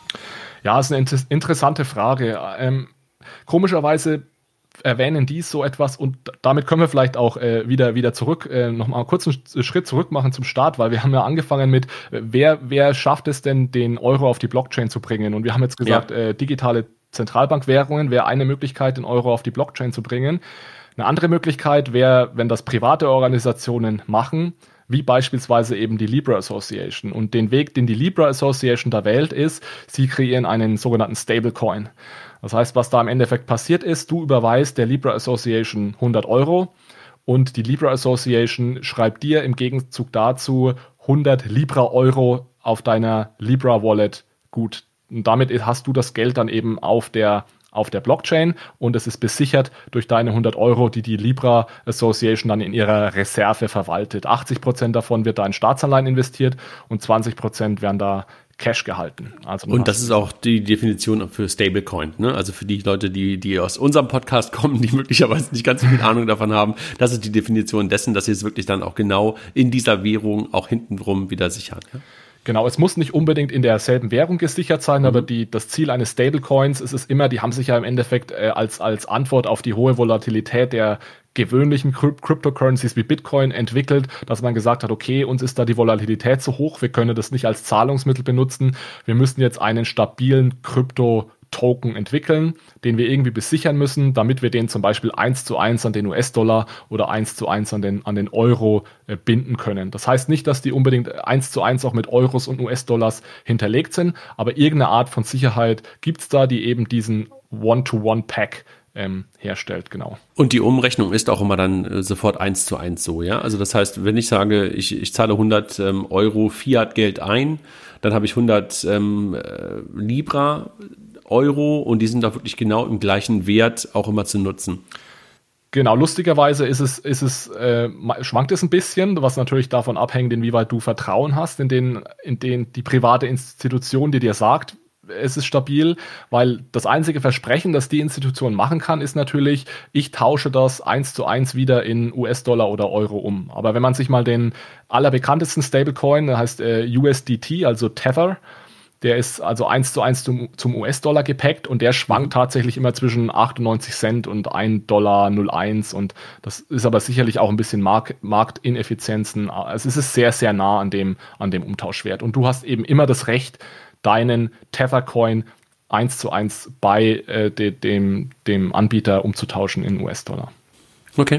Ja, ist eine inter- interessante Frage. Ähm, komischerweise erwähnen die so etwas und damit können wir vielleicht auch äh, wieder wieder zurück, äh, nochmal kurz einen Schritt zurück machen zum Start, weil wir haben ja angefangen mit, äh, wer wer schafft es denn, den Euro auf die Blockchain zu bringen? Und wir haben jetzt gesagt, ja. äh, digitale Zentralbankwährungen wäre eine Möglichkeit, den Euro auf die Blockchain zu bringen. Eine andere Möglichkeit wäre, wenn das private Organisationen machen, wie beispielsweise eben die Libra Association. Und den Weg, den die Libra Association da wählt, ist, sie kreieren einen sogenannten Stablecoin. Das heißt, was da im Endeffekt passiert ist, du überweist der Libra Association hundert Euro und die Libra Association schreibt dir im Gegenzug dazu hundert Libra Euro auf deiner Libra Wallet gut. Und damit hast du das Geld dann eben auf der auf der Blockchain und es ist besichert durch deine hundert Euro, die die Libra Association dann in ihrer Reserve verwaltet. achtzig Prozent davon wird da in Staatsanleihen investiert und zwanzig Prozent werden da Cash gehalten. Also und das ist auch die Definition für Stablecoin, ne? Also für die Leute, die, die aus unserem Podcast kommen, die möglicherweise nicht ganz so viel Ahnung davon haben, das ist die Definition dessen, dass sie es wirklich dann auch genau in dieser Währung auch hintenrum wieder sichern. Ja? Genau, es muss nicht unbedingt in derselben Währung gesichert sein, mhm. aber die, das Ziel eines Stablecoins ist es immer, die haben sich ja im Endeffekt äh, als, als Antwort auf die hohe Volatilität der gewöhnlichen Cryptocurrencies wie Bitcoin entwickelt, dass man gesagt hat, okay, uns ist da die Volatilität zu hoch, wir können das nicht als Zahlungsmittel benutzen, wir müssen jetzt einen stabilen Krypto Token entwickeln, den wir irgendwie besichern müssen, damit wir den zum Beispiel eins zu eins an den U S-Dollar oder eins zu eins an den, an den Euro äh, binden können. Das heißt nicht, dass die unbedingt eins zu eins auch mit Euros und U S-Dollars hinterlegt sind, aber irgendeine Art von Sicherheit gibt es da, die eben diesen One-to-One-Pack ähm, herstellt, genau. Und die Umrechnung ist auch immer dann äh, sofort eins zu eins so, ja? Also das heißt, wenn ich sage, ich, ich zahle hundert ähm, Euro Fiat-Geld ein, dann habe ich hundert ähm, äh, Libra Euro und die sind da wirklich genau im gleichen Wert auch immer zu nutzen. Genau, lustigerweise ist es, ist es, äh, schwankt es ein bisschen, was natürlich davon abhängt, inwieweit du Vertrauen hast in den, in den die private Institution, die dir sagt, es ist stabil, weil das einzige Versprechen, das die Institution machen kann, ist natürlich, ich tausche das eins zu eins wieder in U S-Dollar oder Euro um. Aber wenn man sich mal den allerbekanntesten Stablecoin, der heißt äh, U S D T, also Tether, der ist also eins zu eins zum, zum U S-Dollar gepackt und der schwankt tatsächlich immer zwischen achtundneunzig Cent und ein Dollar null eins und das ist aber sicherlich auch ein bisschen Mark- Marktineffizienzen. Also es ist sehr, sehr nah an dem, an dem Umtauschwert und du hast eben immer das Recht, deinen Tether-Coin eins zu eins bei äh, de, dem, dem Anbieter umzutauschen in U S-Dollar. Okay.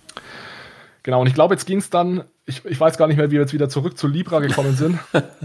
Genau, und ich glaube, jetzt ging es dann, ich, ich weiß gar nicht mehr, wie wir jetzt wieder zurück zu Libra gekommen sind.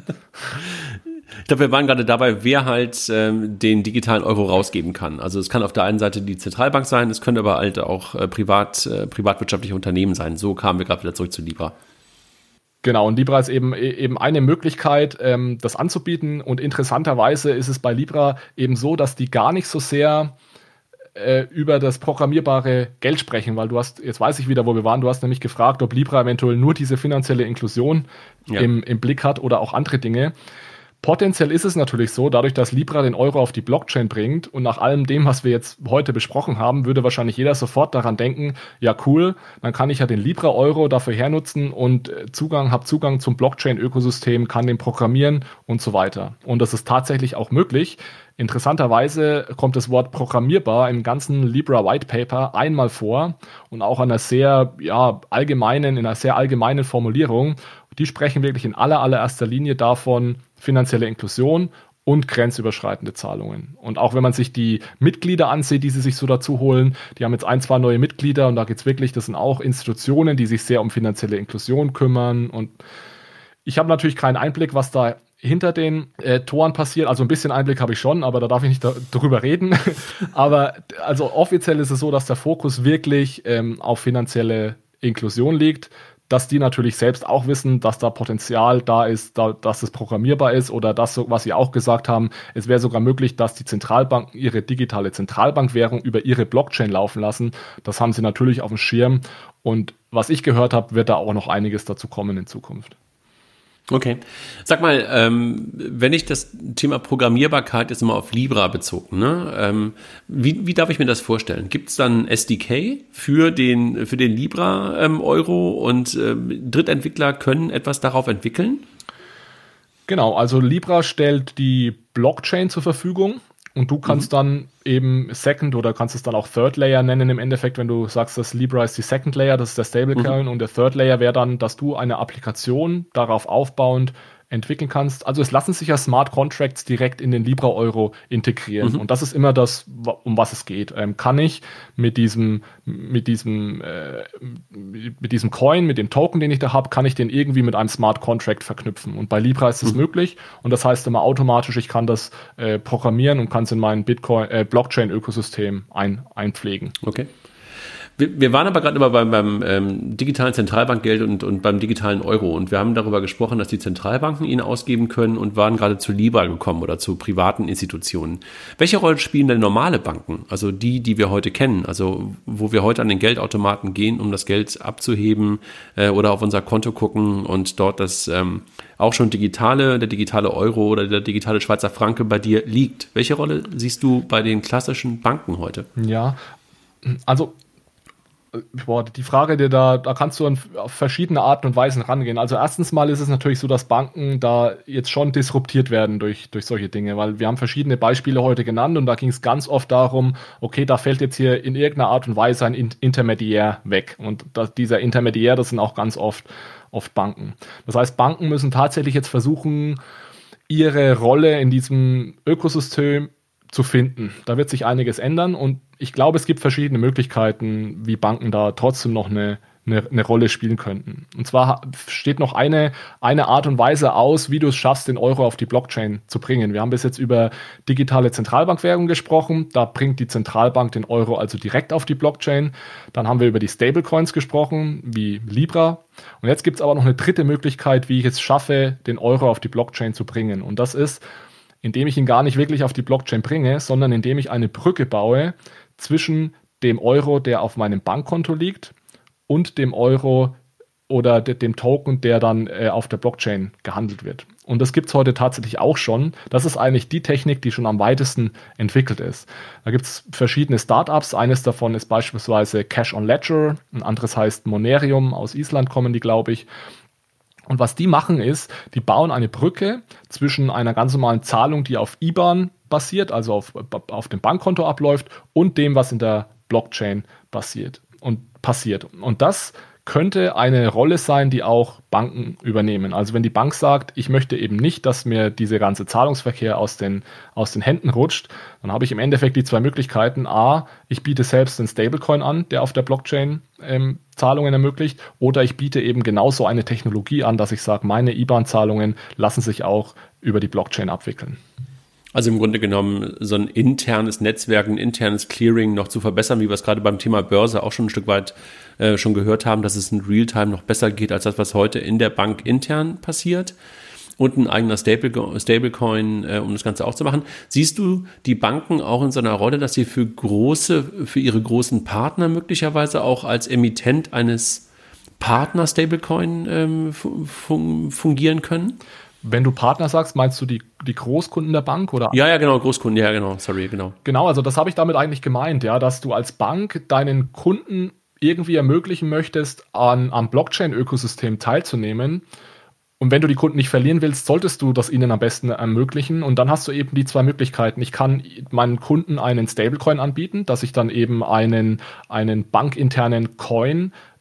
Ich glaube, wir waren gerade dabei, wer halt ähm, den digitalen Euro rausgeben kann. Also es kann auf der einen Seite die Zentralbank sein, es können aber halt auch äh, privat, äh, privatwirtschaftliche Unternehmen sein. So kamen wir gerade wieder zurück zu Libra. Genau, und Libra ist eben, eben eine Möglichkeit, ähm, das anzubieten. Und interessanterweise ist es bei Libra eben so, dass die gar nicht so sehr äh, über das programmierbare Geld sprechen, weil du hast, jetzt weiß ich wieder, wo wir waren, du hast nämlich gefragt, ob Libra eventuell nur diese finanzielle Inklusion ja. im, im Blick hat oder auch andere Dinge. Potenziell ist es natürlich so, dadurch, dass Libra den Euro auf die Blockchain bringt und nach allem dem, was wir jetzt heute besprochen haben, würde wahrscheinlich jeder sofort daran denken, ja cool, dann kann ich ja den Libra-Euro dafür hernutzen und Zugang, habe Zugang zum Blockchain-Ökosystem, kann den programmieren und so weiter. Und das ist tatsächlich auch möglich. Interessanterweise kommt das Wort programmierbar im ganzen Libra White Paper einmal vor und auch an einer sehr ja, allgemeinen, in einer sehr allgemeinen Formulierung. die sprechen wirklich in aller, allererster Linie davon, finanzielle Inklusion und grenzüberschreitende Zahlungen. Und auch wenn man sich die Mitglieder ansieht, die sie sich so dazu holen, die haben jetzt ein, zwei neue Mitglieder und da geht's wirklich, das sind auch Institutionen, die sich sehr um finanzielle Inklusion kümmern. Und ich habe natürlich keinen Einblick, was da hinter den äh, Toren passiert. Also ein bisschen Einblick habe ich schon, aber da darf ich nicht da, drüber reden. Aber also offiziell ist es so, dass der Fokus wirklich ähm, auf finanzielle Inklusion liegt, dass die natürlich selbst auch wissen, dass da Potenzial da ist, da, dass es programmierbar ist oder das, was sie auch gesagt haben, es wäre sogar möglich, dass die Zentralbanken ihre digitale Zentralbankwährung über ihre Blockchain laufen lassen. Das haben sie natürlich auf dem Schirm und was ich gehört habe, wird da auch noch einiges dazu kommen in Zukunft. Okay. Sag mal, ähm, wenn ich das Thema Programmierbarkeit jetzt immer auf Libra bezogen, ne? Ähm, wie, wie darf ich mir das vorstellen? Gibt es dann S D K für den, für den Libra-Euro ähm, und ähm, Drittentwickler können etwas darauf entwickeln? Genau, also Libra stellt die Blockchain zur Verfügung. Und du kannst mhm. dann eben Second oder kannst es dann auch Third Layer nennen im Endeffekt, wenn du sagst, dass Libra ist die Second Layer, das ist der Stablecoin mhm. und der Third Layer wäre dann, dass du eine Applikation darauf aufbauend entwickeln kannst. Also es lassen sich ja Smart Contracts direkt in den Libra-Euro integrieren. Mhm. Und das ist immer das, um was es geht. Ähm, kann ich mit diesem, mit diesem, äh, mit diesem Coin, mit dem Token, den ich da habe, kann ich den irgendwie mit einem Smart Contract verknüpfen. Und bei Libra ist das mhm. möglich. Und das heißt immer automatisch, ich kann das äh, programmieren und kann es in mein Bitcoin, äh, Blockchain-Ökosystem ein, einpflegen. Okay. Wir, wir waren aber gerade immer beim, beim ähm, digitalen Zentralbankgeld und, und beim digitalen Euro und wir haben darüber gesprochen, dass die Zentralbanken ihn ausgeben können und waren gerade zu Libra gekommen oder zu privaten Institutionen. Welche Rolle spielen denn normale Banken, also die, die wir heute kennen, also wo wir heute an den Geldautomaten gehen, um das Geld abzuheben äh, oder auf unser Konto gucken und dort das ähm, auch schon digitale, der digitale Euro oder der digitale Schweizer Franke bei dir liegt. Welche Rolle siehst du bei den klassischen Banken heute? Ja, also Boah, die Frage, die da, da kannst du auf verschiedene Arten und Weisen rangehen. Also erstens mal ist es natürlich so, dass Banken da jetzt schon disruptiert werden durch, durch solche Dinge, weil wir haben verschiedene Beispiele heute genannt und da ging es ganz oft darum, okay, da fällt jetzt hier in irgendeiner Art und Weise ein Intermediär weg und das, dieser Intermediär, das sind auch ganz oft, oft Banken. Das heißt, Banken müssen tatsächlich jetzt versuchen, ihre Rolle in diesem Ökosystem zu finden. Da wird sich einiges ändern und ich glaube, es gibt verschiedene Möglichkeiten, wie Banken da trotzdem noch eine, eine, eine Rolle spielen könnten. Und zwar steht noch eine, eine Art und Weise aus, wie du es schaffst, den Euro auf die Blockchain zu bringen. Wir haben bis jetzt über digitale Zentralbankwährung gesprochen. Da bringt die Zentralbank den Euro also direkt auf die Blockchain. Dann haben wir über die Stablecoins gesprochen, wie Libra. Und jetzt gibt es aber noch eine dritte Möglichkeit, wie ich es schaffe, den Euro auf die Blockchain zu bringen. Und das ist, indem ich ihn gar nicht wirklich auf die Blockchain bringe, sondern indem ich eine Brücke baue zwischen dem Euro, der auf meinem Bankkonto liegt, und dem Euro oder de- dem Token, der dann äh, auf der Blockchain gehandelt wird. Und das gibt es heute tatsächlich auch schon. Das ist eigentlich die Technik, die schon am weitesten entwickelt ist. Da gibt es verschiedene Startups. Eines davon ist beispielsweise Cash on Ledger, ein anderes heißt Monerium, aus Island kommen die, glaube ich. Und was die machen ist, die bauen eine Brücke zwischen einer ganz normalen Zahlung, die auf I B A N basiert, also auf, auf dem Bankkonto abläuft, und dem, was in der Blockchain basiert und passiert. Und das könnte eine Rolle sein, die auch Banken übernehmen. Also wenn die Bank sagt, ich möchte eben nicht, dass mir dieser ganze Zahlungsverkehr aus den, aus den Händen rutscht, dann habe ich im Endeffekt die zwei Möglichkeiten. A, ich biete selbst einen Stablecoin an, der auf der Blockchain ähm, Zahlungen ermöglicht, oder ich biete eben genauso eine Technologie an, dass ich sage, meine I B A N-Zahlungen lassen sich auch über die Blockchain abwickeln. Also im Grunde genommen so ein internes Netzwerk, ein internes Clearing noch zu verbessern, wie wir es gerade beim Thema Börse auch schon ein Stück weit äh, schon gehört haben, dass es in Realtime noch besser geht als das, was heute in der Bank intern passiert. Und ein eigener Stable, Stablecoin, äh, um das Ganze auch zu machen. Siehst du die Banken auch in so einer Rolle, dass sie für große, für ihre großen Partner möglicherweise auch als Emittent eines Partner-Stablecoin ähm, fun- fungieren können? Wenn du Partner sagst, meinst du die, die Großkunden der Bank? Oder? Ja, ja, genau, Großkunden, ja, genau, sorry, genau. Genau, also das habe ich damit eigentlich gemeint, ja, dass du als Bank deinen Kunden irgendwie ermöglichen möchtest, an, am Blockchain-Ökosystem teilzunehmen. Und wenn du die Kunden nicht verlieren willst, solltest du das ihnen am besten ermöglichen. Und dann hast du eben die zwei Möglichkeiten. Ich kann meinen Kunden einen Stablecoin anbieten, dass ich dann eben einen, einen bankinternen Coin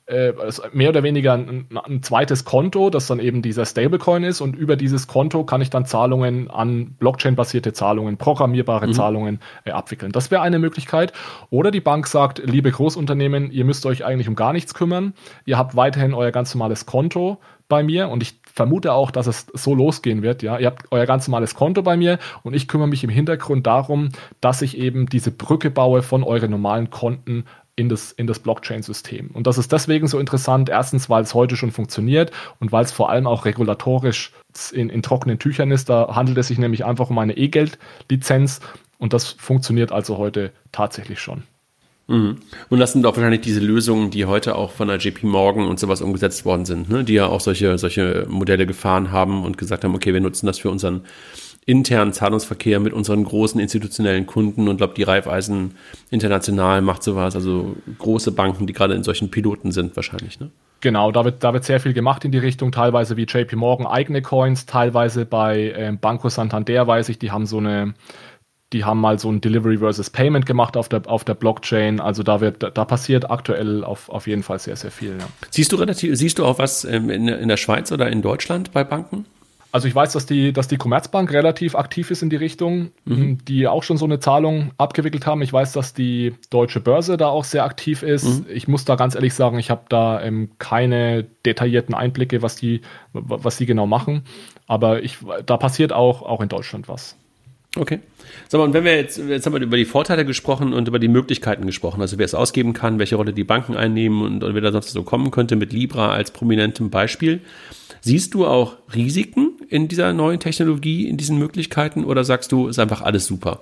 äh, mehr oder weniger ein, ein zweites Konto, das dann eben dieser Stablecoin ist, und über dieses Konto kann ich dann Zahlungen an Blockchain-basierte Zahlungen, programmierbare mhm. Zahlungen äh, abwickeln. Das wäre eine Möglichkeit. Oder die Bank sagt, liebe Großunternehmen, ihr müsst euch eigentlich um gar nichts kümmern. Ihr habt weiterhin euer ganz normales Konto bei mir, und ich vermute auch, dass es so losgehen wird. Ja, ihr habt euer ganz normales Konto bei mir und ich kümmere mich im Hintergrund darum, dass ich eben diese Brücke baue von euren normalen Konten in das, in das Blockchain-System. Und das ist deswegen so interessant. Erstens, weil es heute schon funktioniert und weil es vor allem auch regulatorisch in, in trockenen Tüchern ist. Da handelt es sich nämlich einfach um eine E-Geld-Lizenz, und das funktioniert also heute tatsächlich schon. Mhm. Und das sind auch wahrscheinlich diese Lösungen, die heute auch von der J P Morgan und sowas umgesetzt worden sind, ne? Die ja auch solche, solche Modelle gefahren haben und gesagt haben, okay, wir nutzen das für unseren internen Zahlungsverkehr mit unseren großen institutionellen Kunden, und glaube, die Raiffeisen International macht sowas, also große Banken, die gerade in solchen Piloten sind wahrscheinlich, ne? Genau, da wird, da wird sehr viel gemacht in die Richtung, teilweise wie J P Morgan eigene Coins, teilweise bei äh, Banco Santander, weiß ich, die haben so eine Die haben mal so ein Delivery versus Payment gemacht auf der, auf der Blockchain. Also da wird, da passiert aktuell auf, auf jeden Fall sehr, sehr viel. Ja. Siehst du relativ, siehst du auch was in, in der Schweiz oder in Deutschland bei Banken? Also ich weiß, dass die, dass die Commerzbank relativ aktiv ist in die Richtung, mhm. die auch schon so eine Zahlung abgewickelt haben. Ich weiß, dass die Deutsche Börse da auch sehr aktiv ist. Mhm. Ich muss da ganz ehrlich sagen, ich habe da ähm, keine detaillierten Einblicke, was die, was die genau machen. Aber ich, da passiert auch, auch in Deutschland was. Okay. Sag mal, und wenn wir jetzt, jetzt haben wir über die Vorteile gesprochen und über die Möglichkeiten gesprochen, also wer es ausgeben kann, welche Rolle die Banken einnehmen und, und wer da sonst so kommen könnte mit Libra als prominentem Beispiel. Siehst du auch Risiken in dieser neuen Technologie, in diesen Möglichkeiten, oder sagst du, ist einfach alles super?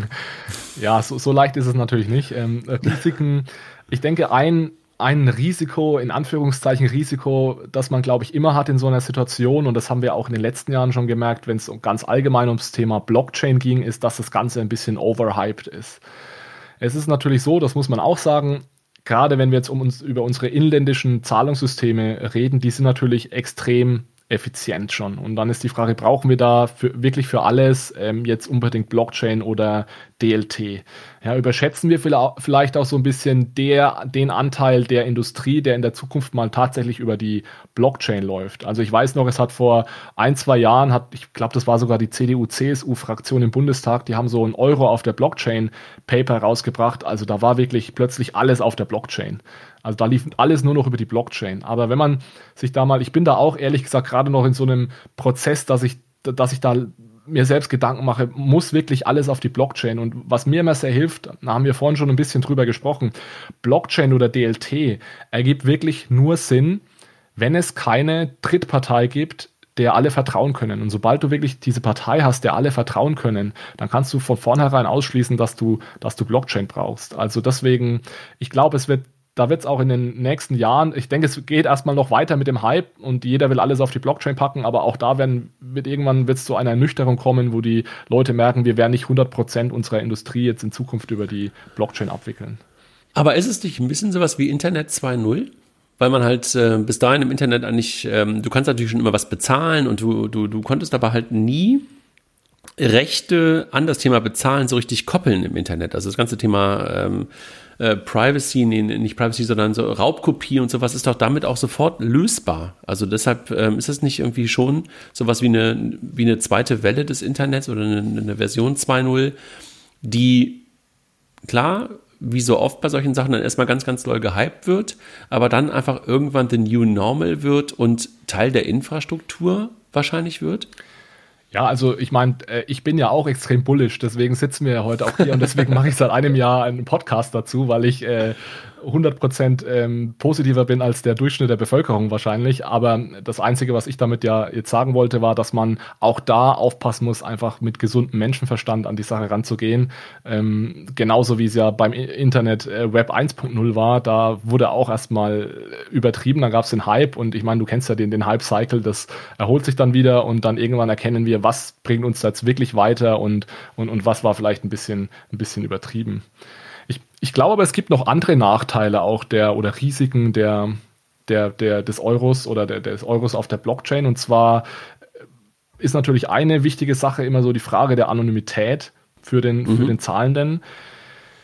Ja, so, so leicht ist es natürlich nicht. Ähm, Risiken, ich denke, ein Ein Risiko, in Anführungszeichen Risiko, das man, glaube ich, immer hat in so einer Situation, und das haben wir auch in den letzten Jahren schon gemerkt, wenn es ganz allgemein ums Thema Blockchain ging, ist, dass das Ganze ein bisschen overhyped ist. Es ist natürlich so, das muss man auch sagen, gerade wenn wir jetzt um uns über unsere inländischen Zahlungssysteme reden, die sind natürlich extrem effizient schon. Und dann ist die Frage, brauchen wir da für, wirklich für alles ähm, jetzt unbedingt Blockchain oder D L T? Ja, überschätzen wir vielleicht auch so ein bisschen der, den Anteil der Industrie, der in der Zukunft mal tatsächlich über die Blockchain läuft. Also ich weiß noch, es hat vor ein, zwei Jahren, hat, ich glaube, das war sogar die C D U-C S U-Fraktion im Bundestag, die haben so ein Euro auf der Blockchain-Paper rausgebracht. Also da war wirklich plötzlich alles auf der Blockchain. Also da lief alles nur noch über die Blockchain. Aber wenn man sich da mal, ich bin da auch ehrlich gesagt gerade noch in so einem Prozess, dass ich, dass ich da mir selbst Gedanken mache, muss wirklich alles auf die Blockchain? Und was mir immer sehr hilft, da haben wir vorhin schon ein bisschen drüber gesprochen, Blockchain oder D L T ergibt wirklich nur Sinn, wenn es keine Drittpartei gibt, der alle vertrauen können. Und sobald du wirklich diese Partei hast, der alle vertrauen können, dann kannst du von vornherein ausschließen, dass du, dass du Blockchain brauchst. Also deswegen, ich glaube, es wird Da wird es auch in den nächsten Jahren, ich denke, es geht erstmal noch weiter mit dem Hype und jeder will alles auf die Blockchain packen, aber auch da werden, wird irgendwann wird es zu einer Ernüchterung kommen, wo die Leute merken, wir werden nicht hundert Prozent unserer Industrie jetzt in Zukunft über die Blockchain abwickeln. Aber ist es nicht ein bisschen sowas wie Internet zwei Punkt null? Weil man halt äh, bis dahin im Internet eigentlich, ähm, du kannst natürlich schon immer was bezahlen und du, du, du konntest aber halt nie Rechte an das Thema Bezahlen so richtig koppeln im Internet. Also das ganze Thema ähm, äh, Privacy, nee, nicht Privacy, sondern so Raubkopie und sowas ist doch damit auch sofort lösbar. Also deshalb ähm, ist das nicht irgendwie schon sowas wie eine, wie eine zweite Welle des Internets oder eine, eine Version zwei Punkt null, die klar, wie so oft bei solchen Sachen, dann erstmal ganz, ganz doll gehypt wird, aber dann einfach irgendwann the new normal wird und Teil der Infrastruktur wahrscheinlich wird? Ja, also ich meine, ich bin ja auch extrem bullish, deswegen sitzen wir ja heute auch hier und deswegen mache ich seit einem Jahr einen Podcast dazu, weil ich äh, hundert Prozent ähm, positiver bin als der Durchschnitt der Bevölkerung wahrscheinlich. Aber das Einzige, was ich damit ja jetzt sagen wollte, war, dass man auch da aufpassen muss, einfach mit gesundem Menschenverstand an die Sache ranzugehen. Ähm, genauso wie es ja beim Internet äh, Web eins Punkt null war, da wurde auch erstmal übertrieben, dann gab es den Hype und ich meine, du kennst ja den, den Hype-Cycle, das erholt sich dann wieder und dann irgendwann erkennen wir, was bringt uns jetzt wirklich weiter und, und, und was war vielleicht ein bisschen, ein bisschen übertrieben. Ich, ich glaube aber, es gibt noch andere Nachteile auch der oder Risiken der, der, der, des Euros oder der, des Euros auf der Blockchain. Und zwar ist natürlich eine wichtige Sache immer so die Frage der Anonymität für den, mhm. für den Zahlenden.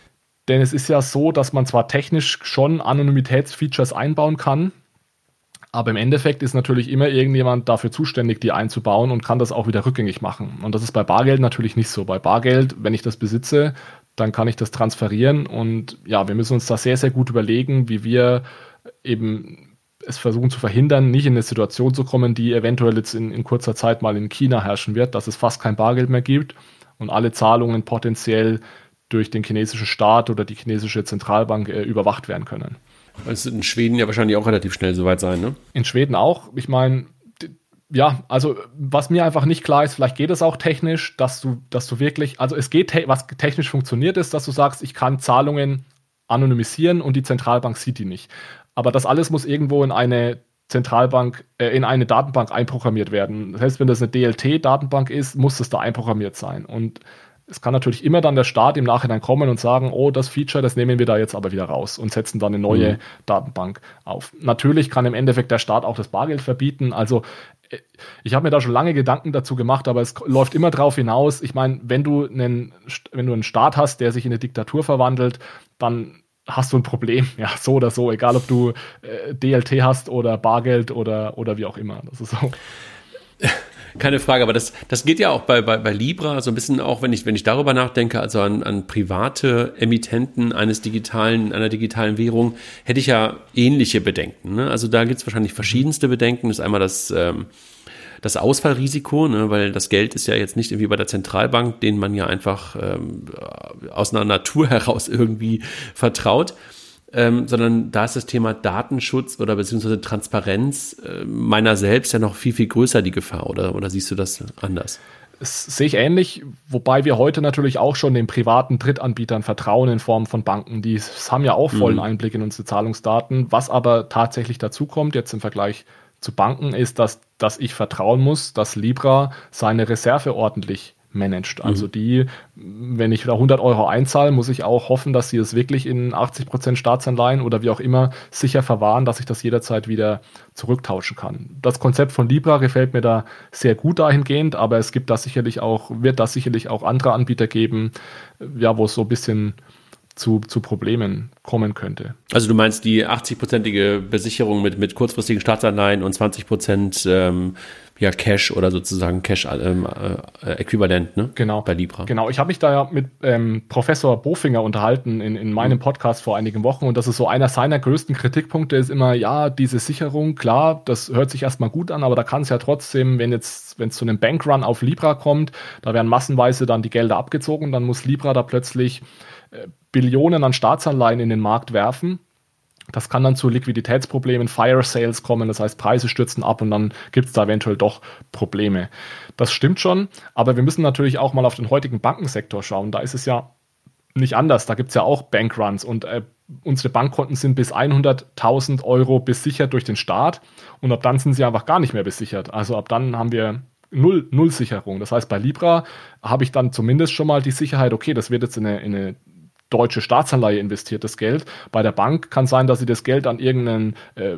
Denn es ist ja so, dass man zwar technisch schon Anonymitätsfeatures einbauen kann, aber im Endeffekt ist natürlich immer irgendjemand dafür zuständig, die einzubauen und kann das auch wieder rückgängig machen. Und das ist bei Bargeld natürlich nicht so. Bei Bargeld, wenn ich das besitze, dann kann ich das transferieren. Und ja, wir müssen uns da sehr, sehr gut überlegen, wie wir eben es versuchen zu verhindern, nicht in eine Situation zu kommen, die eventuell jetzt in, in kurzer Zeit mal in China herrschen wird, dass es fast kein Bargeld mehr gibt und alle Zahlungen potenziell durch den chinesischen Staat oder die chinesische Zentralbank äh, überwacht werden können. Es wird in Schweden ja wahrscheinlich auch relativ schnell soweit sein, ne? In Schweden auch. Ich meine, ja, also was mir einfach nicht klar ist, vielleicht geht es auch technisch, dass du, dass du wirklich, also es geht, was technisch funktioniert ist, dass du sagst, ich kann Zahlungen anonymisieren und die Zentralbank sieht die nicht. Aber das alles muss irgendwo in eine Zentralbank, äh, in eine Datenbank einprogrammiert werden. Selbst wenn das eine D L T-Datenbank ist, muss das da einprogrammiert sein. Und es kann natürlich immer dann der Staat im Nachhinein kommen und sagen, oh, das Feature, das nehmen wir da jetzt aber wieder raus und setzen dann eine neue mhm. Datenbank auf. Natürlich kann im Endeffekt der Staat auch das Bargeld verbieten. Also ich habe mir da schon lange Gedanken dazu gemacht, aber es läuft immer drauf hinaus. Ich meine, wenn du einen, wenn du einen Staat hast, der sich in eine Diktatur verwandelt, dann hast du ein Problem. Ja, so oder so. Egal, ob du äh, D L T hast oder Bargeld oder, oder wie auch immer. Das ist so. Keine Frage, aber das, das geht ja auch bei, bei, bei Libra so ein bisschen auch, wenn ich, wenn ich darüber nachdenke, also an, an private Emittenten eines digitalen, einer digitalen Währung, hätte ich ja ähnliche Bedenken. Ne? Also da gibt es wahrscheinlich verschiedenste Bedenken. Das ist einmal das, ähm, das Ausfallrisiko, ne? Weil das Geld ist ja jetzt nicht irgendwie bei der Zentralbank, denen man ja einfach ähm, aus einer Natur heraus irgendwie vertraut. Ähm, sondern da ist das Thema Datenschutz oder beziehungsweise Transparenz äh, meiner selbst ja noch viel, viel größer die Gefahr, oder, oder siehst du das anders? Das sehe ich ähnlich, wobei wir heute natürlich auch schon den privaten Drittanbietern vertrauen in Form von Banken. Die haben ja auch vollen mhm. Einblick in unsere Zahlungsdaten. Was aber tatsächlich dazu kommt, jetzt im Vergleich zu Banken, ist, dass, dass ich vertrauen muss, dass Libra seine Reserve ordentlich managt. Also die, wenn ich da hundert Euro einzahle, muss ich auch hoffen, dass sie es wirklich in achtzig Prozent Staatsanleihen oder wie auch immer sicher verwahren, dass ich das jederzeit wieder zurücktauschen kann. Das Konzept von Libra gefällt mir da sehr gut dahingehend, aber es gibt da sicherlich auch, wird da sicherlich auch andere Anbieter geben, ja, wo es so ein bisschen zu, zu Problemen kommen könnte. Also du meinst die achtzig-prozentige Besicherung mit, mit kurzfristigen Staatsanleihen und zwanzig Prozent ähm, ja, Cash oder sozusagen Cash-Äquivalent, ähm, äh, ne? Genau. Bei Libra. Genau, ich habe mich da ja mit ähm, Professor Bofinger unterhalten in, in meinem Podcast vor einigen Wochen und das ist so einer seiner größten Kritikpunkte ist immer, ja, diese Sicherung, klar, das hört sich erstmal gut an, aber da kann es ja trotzdem, wenn jetzt, wenn es zu einem Bankrun auf Libra kommt, da werden massenweise dann die Gelder abgezogen, dann muss Libra da plötzlich äh, Billionen an Staatsanleihen in den Markt werfen. Das kann dann zu Liquiditätsproblemen, Fire Sales kommen, das heißt Preise stürzen ab und dann gibt es da eventuell doch Probleme. Das stimmt schon, aber wir müssen natürlich auch mal auf den heutigen Bankensektor schauen. Da ist es ja nicht anders, da gibt es ja auch Bankruns und äh, unsere Bankkonten sind bis hunderttausend Euro besichert durch den Staat und ab dann sind sie einfach gar nicht mehr besichert. Also ab dann haben wir Null, Null Sicherung. Das heißt, bei Libra habe ich dann zumindest schon mal die Sicherheit, okay, das wird jetzt in eine, in eine deutsche Staatsanleihe investiert, das Geld. Bei der Bank kann sein, dass sie das Geld an irgendeinen äh,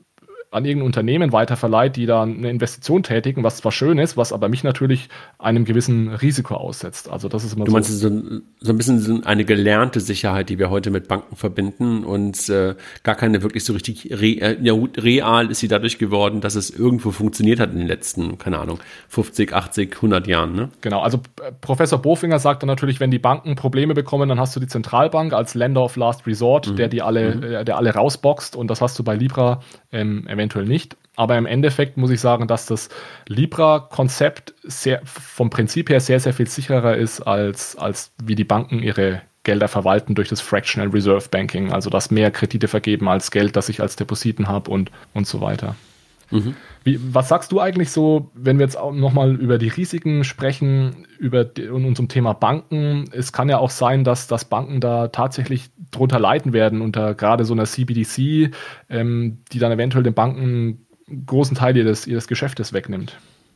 an irgendein Unternehmen weiterverleiht, die da eine Investition tätigen, was zwar schön ist, was aber mich natürlich einem gewissen Risiko aussetzt. Also das ist immer du meinst, so. so, so ein bisschen eine gelernte Sicherheit, die wir heute mit Banken verbinden und äh, gar keine wirklich so richtig re, ja, real ist sie dadurch geworden, dass es irgendwo funktioniert hat in den letzten, keine Ahnung, fünfzig, achtzig, hundert Jahren. Ne? Genau, also äh, Professor Bofinger sagt dann natürlich, wenn die Banken Probleme bekommen, dann hast du die Zentralbank als Lender of Last Resort, mhm. der die alle, mhm. äh, der alle rausboxt und das hast du bei Libra ähm, eventuell nicht. Aber im Endeffekt muss ich sagen, dass das Libra-Konzept sehr, vom Prinzip her sehr, sehr viel sicherer ist, als, als wie die Banken ihre Gelder verwalten durch das Fractional Reserve Banking. Also dass mehr Kredite vergeben als Geld, das ich als Depositen habe und, und so weiter. Mhm. Wie, was sagst du eigentlich so, wenn wir jetzt auch nochmal über die Risiken sprechen, über die, und unserem Thema Banken? Es kann ja auch sein, dass, dass Banken da tatsächlich drunter leiden werden, unter gerade so einer C B D C, ähm, die dann eventuell den Banken einen großen Teil ihres, ihres Geschäftes wegnimmt.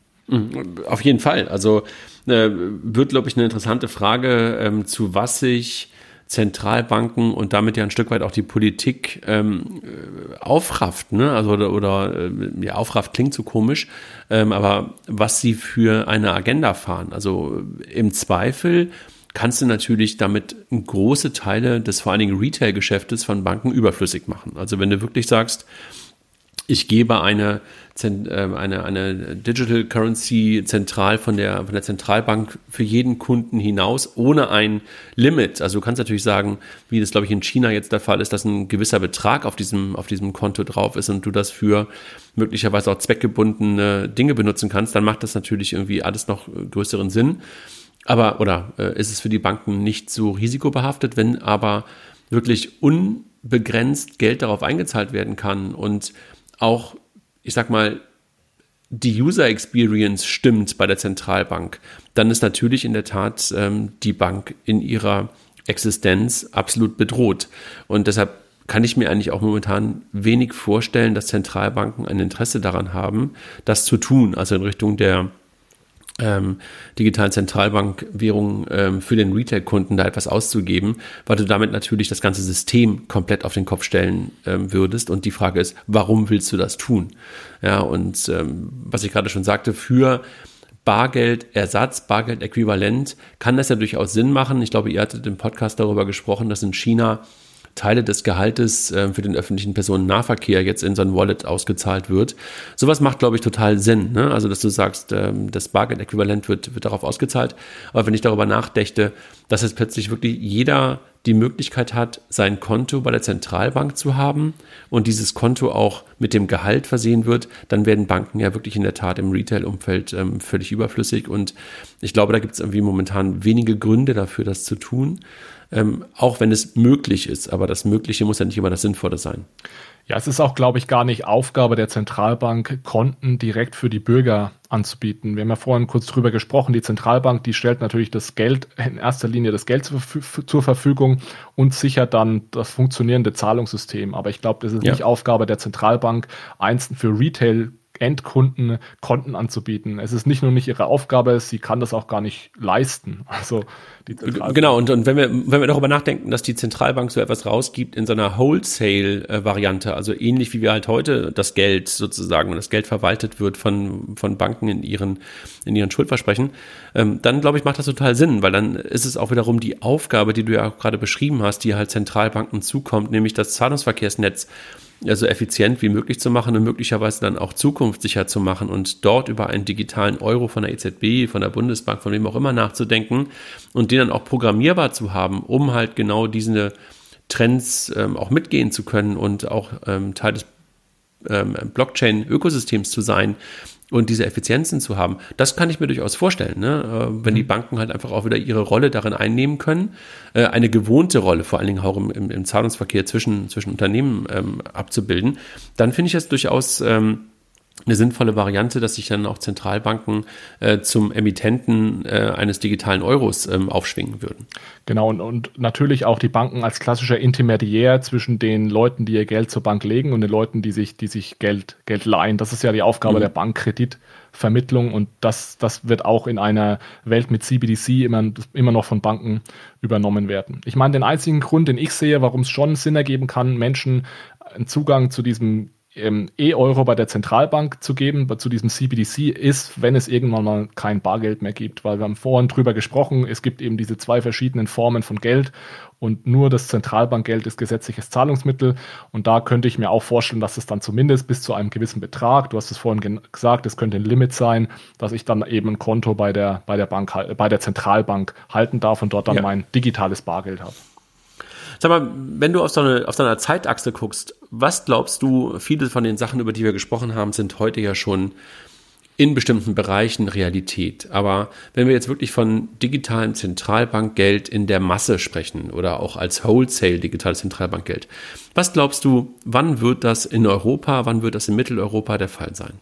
Auf jeden Fall. Also äh, wird, glaube ich, eine interessante Frage, ähm, zu was sich Zentralbanken und damit ja ein Stück weit auch die Politik ähm, aufrafft, ne? Also oder, oder ja, aufrafft klingt so komisch, ähm, aber was sie für eine Agenda fahren. Also im Zweifel kannst du natürlich damit große Teile des vor allen Dingen Retail-Geschäftes von Banken überflüssig machen. Also wenn du wirklich sagst, ich gebe eine, eine, eine Digital Currency zentral von der, von der Zentralbank für jeden Kunden hinaus, ohne ein Limit. Also du kannst natürlich sagen, wie das, glaube ich, in China jetzt der Fall ist, dass ein gewisser Betrag auf diesem, auf diesem Konto drauf ist und du das für möglicherweise auch zweckgebundene Dinge benutzen kannst, dann macht das natürlich irgendwie alles noch größeren Sinn. Aber, oder äh, ist es für die Banken nicht so risikobehaftet, wenn aber wirklich unbegrenzt Geld darauf eingezahlt werden kann und auch, ich sag mal, die User Experience stimmt bei der Zentralbank, dann ist natürlich in der Tat ähm, die Bank in ihrer Existenz absolut bedroht. Und deshalb kann ich mir eigentlich auch momentan wenig vorstellen, dass Zentralbanken ein Interesse daran haben, das zu tun, also in Richtung der Ähm, digitalen Zentralbankwährung ähm, für den Retail-Kunden da etwas auszugeben, weil du damit natürlich das ganze System komplett auf den Kopf stellen ähm, würdest. Und die Frage ist, warum willst du das tun? Ja, und ähm, was ich gerade schon sagte, für Bargeldersatz, Bargeldäquivalent kann das ja durchaus Sinn machen. Ich glaube, ihr hattet im Podcast darüber gesprochen, dass in China Teile des Gehaltes äh, für den öffentlichen Personennahverkehr jetzt in so ein Wallet ausgezahlt wird. Sowas macht, glaube ich, total Sinn. Ne? Also, dass du sagst, ähm, das Bargeldäquivalent wird, wird darauf ausgezahlt. Aber wenn ich darüber nachdächte, dass jetzt plötzlich wirklich jeder die Möglichkeit hat, sein Konto bei der Zentralbank zu haben und dieses Konto auch mit dem Gehalt versehen wird, dann werden Banken ja wirklich in der Tat im Retail-Umfeld ähm, völlig überflüssig. Und ich glaube, da gibt es irgendwie momentan wenige Gründe dafür, das zu tun. Ähm, auch wenn es möglich ist, aber das Mögliche muss ja nicht immer das Sinnvolle sein. Ja, es ist auch, glaube ich, gar nicht Aufgabe der Zentralbank, Konten direkt für die Bürger anzubieten. Wir haben ja vorhin kurz drüber gesprochen, die Zentralbank, die stellt natürlich das Geld, in erster Linie das Geld zur, zur Verfügung und sichert dann das funktionierende Zahlungssystem. Aber ich glaube, das ist ja nicht Aufgabe der Zentralbank, einzeln für Retail Endkunden Konten anzubieten. Es ist nicht nur nicht ihre Aufgabe, sie kann das auch gar nicht leisten. Also die Genau, und, und wenn wir wenn wir darüber nachdenken, dass die Zentralbank so etwas rausgibt in so einer Wholesale-Variante, also ähnlich wie wir halt heute das Geld sozusagen, und das Geld verwaltet wird von von Banken in ihren in ihren Schuldversprechen, ähm, dann glaube ich, macht das total Sinn, weil dann ist es auch wiederum die Aufgabe, die du ja auch gerade beschrieben hast, die halt Zentralbanken zukommt, nämlich das Zahlungsverkehrsnetz so effizient wie möglich zu machen und möglicherweise dann auch zukunftssicher zu machen und dort über einen digitalen Euro von der E Z B, von der Bundesbank, von wem auch immer nachzudenken und den dann auch programmierbar zu haben, um halt genau diese Trends ähm, auch mitgehen zu können und auch ähm, Teil des ähm, Blockchain-Ökosystems zu sein und diese Effizienzen zu haben. Das kann ich mir durchaus vorstellen, ne? äh, wenn die Banken halt einfach auch wieder ihre Rolle darin einnehmen können, äh, eine gewohnte Rolle, vor allen Dingen auch im, im, im Zahlungsverkehr zwischen, zwischen Unternehmen ähm, abzubilden, dann finde ich das durchaus ähm, eine sinnvolle Variante, dass sich dann auch Zentralbanken äh, zum Emittenten äh, eines digitalen Euros ähm, aufschwingen würden. Genau, und, und natürlich auch die Banken als klassischer Intermediär zwischen den Leuten, die ihr Geld zur Bank legen und den Leuten, die sich, die sich Geld, Geld leihen. Das ist ja die Aufgabe mhm. der Bankkreditvermittlung und das, das wird auch in einer Welt mit C B D C immer, immer noch von Banken übernommen werden. Ich meine, den einzigen Grund, den ich sehe, warum es schon Sinn ergeben kann, Menschen einen Zugang zu diesem E-Euro bei der Zentralbank zu geben, zu diesem C B D C, ist, wenn es irgendwann mal kein Bargeld mehr gibt, weil wir haben vorhin drüber gesprochen, es gibt eben diese zwei verschiedenen Formen von Geld und nur das Zentralbankgeld ist gesetzliches Zahlungsmittel und da könnte ich mir auch vorstellen, dass es dann zumindest bis zu einem gewissen Betrag, du hast es vorhin gen- gesagt, es könnte ein Limit sein, dass ich dann eben ein Konto bei der, bei der Bank, bei der Zentralbank halten darf und dort dann ja. mein digitales Bargeld habe. Sag mal, wenn du auf so eine, auf so einer Zeitachse guckst, was glaubst du, viele von den Sachen, über die wir gesprochen haben, sind heute ja schon in bestimmten Bereichen Realität. Aber wenn wir jetzt wirklich von digitalem Zentralbankgeld in der Masse sprechen oder auch als Wholesale digitales Zentralbankgeld, was glaubst du, wann wird das in Europa, wann wird das in Mitteleuropa der Fall sein?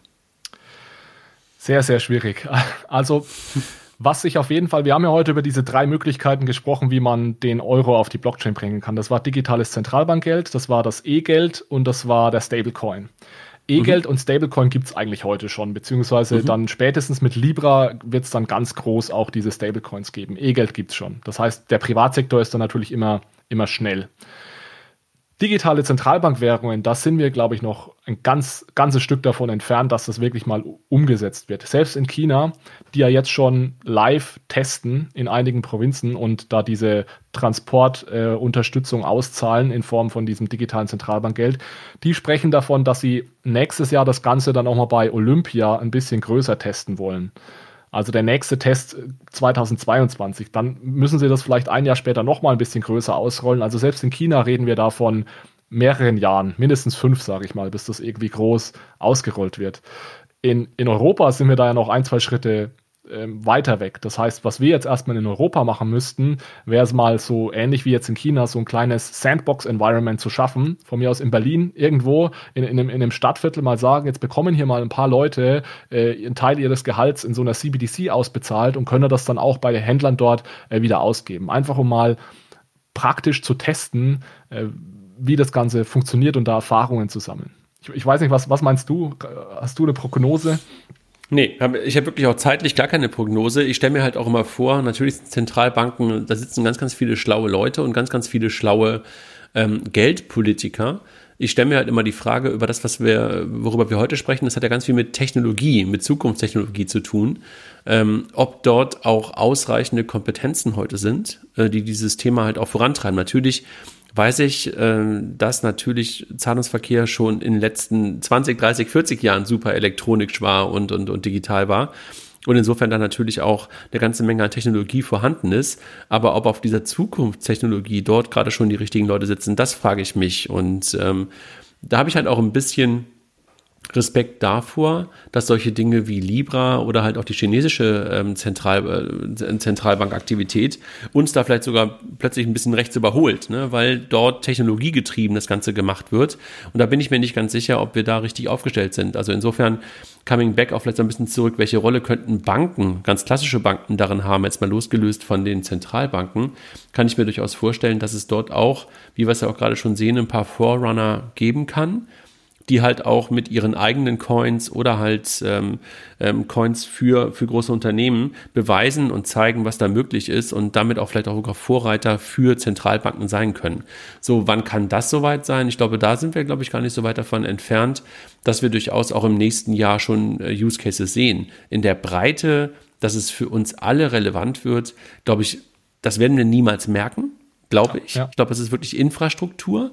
Sehr, sehr schwierig. Also was ich auf jeden Fall, wir haben ja heute über diese drei Möglichkeiten gesprochen, wie man den Euro auf die Blockchain bringen kann. Das war digitales Zentralbankgeld, das war das E-Geld und das war der Stablecoin. E-Geld mhm. und Stablecoin gibt es eigentlich heute schon, beziehungsweise mhm. dann spätestens mit Libra wird es dann ganz groß auch diese Stablecoins geben. E-Geld gibt es schon. Das heißt, der Privatsektor ist dann natürlich immer, immer schnell. digitale Zentralbankwährungen, da sind wir, glaube ich, noch ein ganz ganzes Stück davon entfernt, dass das wirklich mal umgesetzt wird. Selbst in China, die ja jetzt schon live testen in einigen Provinzen und da diese Transportunterstützung äh, auszahlen in Form von diesem digitalen Zentralbankgeld, die sprechen davon, dass sie nächstes Jahr das Ganze dann auch mal bei Olympia ein bisschen größer testen wollen. Also der nächste Test zweitausendzweiundzwanzig, dann müssen sie das vielleicht ein Jahr später nochmal ein bisschen größer ausrollen. Also selbst in China reden wir da von mehreren Jahren, mindestens fünf, sage ich mal, bis das irgendwie groß ausgerollt wird. In, in Europa sind wir da ja noch ein, zwei Schritte ähm, weiter weg. Das heißt, was wir jetzt erstmal in Europa machen müssten, wäre es mal so ähnlich wie jetzt in China, so ein kleines Sandbox-Environment zu schaffen. Von mir aus in Berlin irgendwo in, in, einem, in einem Stadtviertel mal sagen, jetzt bekommen hier mal ein paar Leute äh, einen Teil ihres Gehalts in so einer C B D C ausbezahlt und können das dann auch bei den Händlern dort äh, wieder ausgeben. Einfach um mal praktisch zu testen, äh, wie das Ganze funktioniert und da Erfahrungen zu sammeln. Ich, ich weiß nicht, was, was meinst du? Hast du eine Prognose? Nee, ich habe wirklich auch zeitlich gar keine Prognose. Ich stelle mir halt auch immer vor, natürlich sind Zentralbanken, da sitzen ganz, ganz viele schlaue Leute und ganz, ganz viele schlaue ähm, Geldpolitiker. Ich stelle mir halt immer die Frage über das, was wir, worüber wir heute sprechen, das hat ja ganz viel mit Technologie, mit Zukunftstechnologie zu tun, ähm, ob dort auch ausreichende Kompetenzen heute sind, äh, die dieses Thema halt auch vorantreiben. Natürlich weiß ich, äh, dass natürlich Zahlungsverkehr schon in den letzten zwanzig, dreißig, vierzig Jahren super elektronisch war und, und, und digital war. Und insofern dann natürlich auch eine ganze Menge an Technologie vorhanden ist. Aber ob auf dieser Zukunftstechnologie dort gerade schon die richtigen Leute sitzen, das frage ich mich. Und ähm, da habe ich halt auch ein bisschen Respekt davor, dass solche Dinge wie Libra oder halt auch die chinesische ähm, Zentral, äh, Zentralbankaktivität uns da vielleicht sogar plötzlich ein bisschen rechts überholt, ne? Weil dort technologiegetrieben das Ganze gemacht wird. Und da bin ich mir nicht ganz sicher, ob wir da richtig aufgestellt sind. Also insofern, coming back auch vielleicht so ein bisschen zurück, welche Rolle könnten Banken, ganz klassische Banken darin haben, jetzt mal losgelöst von den Zentralbanken, kann ich mir durchaus vorstellen, dass es dort auch, wie wir es ja auch gerade schon sehen, ein paar Forerunner geben kann, die halt auch mit ihren eigenen Coins oder halt ähm, ähm, Coins für, für große Unternehmen beweisen und zeigen, was da möglich ist und damit auch vielleicht auch sogar Vorreiter für Zentralbanken sein können. So, wann kann das soweit sein? Ich glaube, da sind wir, glaube ich, gar nicht so weit davon entfernt, dass wir durchaus auch im nächsten Jahr schon äh, Use Cases sehen. In der Breite, dass es für uns alle relevant wird, glaube ich, das werden wir niemals merken, glaube ich. Ja. Ich glaube, es ist wirklich Infrastruktur.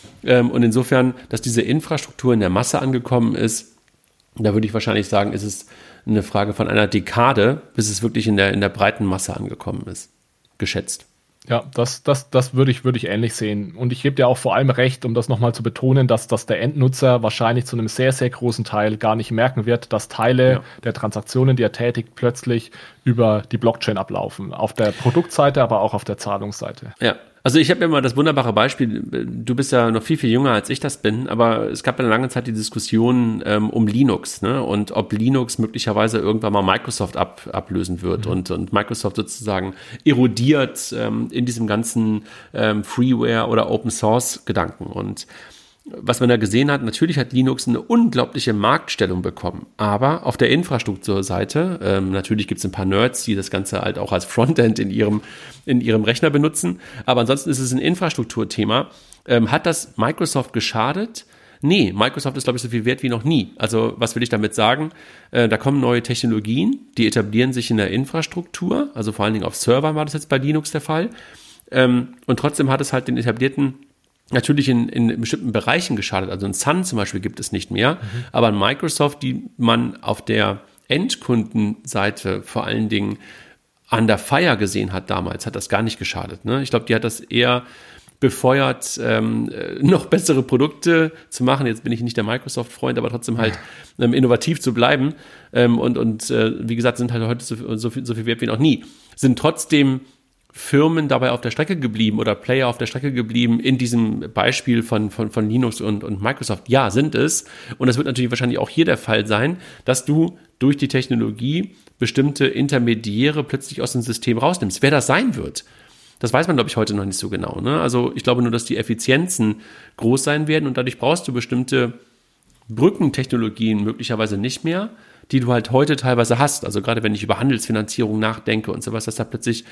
Und insofern, dass diese Infrastruktur in der Masse angekommen ist, da würde ich wahrscheinlich sagen, ist es eine Frage von einer Dekade, bis es wirklich in der, in der breiten Masse angekommen ist, geschätzt. Ja, das, das, das würde ich, würde ich ähnlich sehen. Und ich gebe dir auch vor allem recht, um das nochmal zu betonen, dass, dass der Endnutzer wahrscheinlich zu einem sehr, sehr großen Teil gar nicht merken wird, dass Teile ja. der Transaktionen, die er tätigt, plötzlich über die Blockchain ablaufen. Auf der Produktseite, aber auch auf der Zahlungsseite. Ja. Also ich habe ja mal das wunderbare Beispiel, du bist ja noch viel, viel jünger, als ich das bin, aber es gab ja eine lange Zeit die Diskussion ähm, um Linux, ne? Und ob Linux möglicherweise irgendwann mal Microsoft ab, ablösen wird mhm. und, und Microsoft sozusagen erodiert ähm, in diesem ganzen ähm, Freeware- oder Open-Source-Gedanken. Und was man da gesehen hat, natürlich hat Linux eine unglaubliche Marktstellung bekommen, aber auf der Infrastrukturseite, ähm, natürlich gibt es ein paar Nerds, die das Ganze halt auch als Frontend in ihrem, in ihrem Rechner benutzen, aber ansonsten ist es ein Infrastrukturthema. Ähm, hat das Microsoft geschadet? Nee, Microsoft ist, glaube ich, so viel wert wie noch nie. Also was will ich damit sagen? Äh, da kommen neue Technologien, die etablieren sich in der Infrastruktur, also vor allen Dingen auf Servern war das jetzt bei Linux der Fall, ähm, und trotzdem hat es halt den etablierten natürlich in, in bestimmten Bereichen geschadet. Also ein Sun zum Beispiel gibt es nicht mehr, mhm. aber ein Microsoft, die man auf der Endkundenseite vor allen Dingen under fire gesehen hat damals, hat das gar nicht geschadet. Ne? Ich glaube, die hat das eher befeuert, ähm, noch bessere Produkte zu machen. Jetzt bin ich nicht der Microsoft-Freund, aber trotzdem halt ähm, innovativ zu bleiben. Ähm, und und äh, wie gesagt, sind halt heute so, so, viel, so viel wert wie noch nie. Sind trotzdem Firmen dabei auf der Strecke geblieben oder Player auf der Strecke geblieben in diesem Beispiel von, von, von Linux und, und Microsoft? Ja, sind es. Und das wird natürlich wahrscheinlich auch hier der Fall sein, dass du durch die Technologie bestimmte Intermediäre plötzlich aus dem System rausnimmst. Wer das sein wird, das weiß man, glaube ich, heute noch nicht so genau. Ne? Also ich glaube nur, dass die Effizienzen groß sein werden und dadurch brauchst du bestimmte Brückentechnologien möglicherweise nicht mehr, die du halt heute teilweise hast. Also gerade wenn ich über Handelsfinanzierung nachdenke und sowas, dass da plötzlich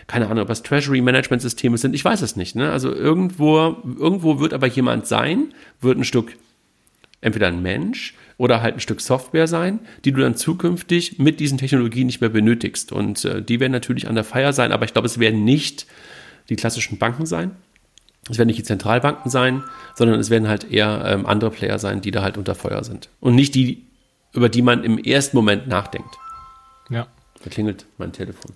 keine Ahnung, ob das Treasury-Management-Systeme sind, ich weiß es nicht. Ne? Also irgendwo, irgendwo wird aber jemand sein, wird ein Stück, entweder ein Mensch oder halt ein Stück Software sein, die du dann zukünftig mit diesen Technologien nicht mehr benötigst. Und äh, die werden natürlich an der Feier sein, aber ich glaube, es werden nicht die klassischen Banken sein. Es werden nicht die Zentralbanken sein, sondern es werden halt eher ähm, andere Player sein, die da halt unter Feuer sind. Und nicht die, über die man im ersten Moment nachdenkt. Ja. Da klingelt mein Telefon.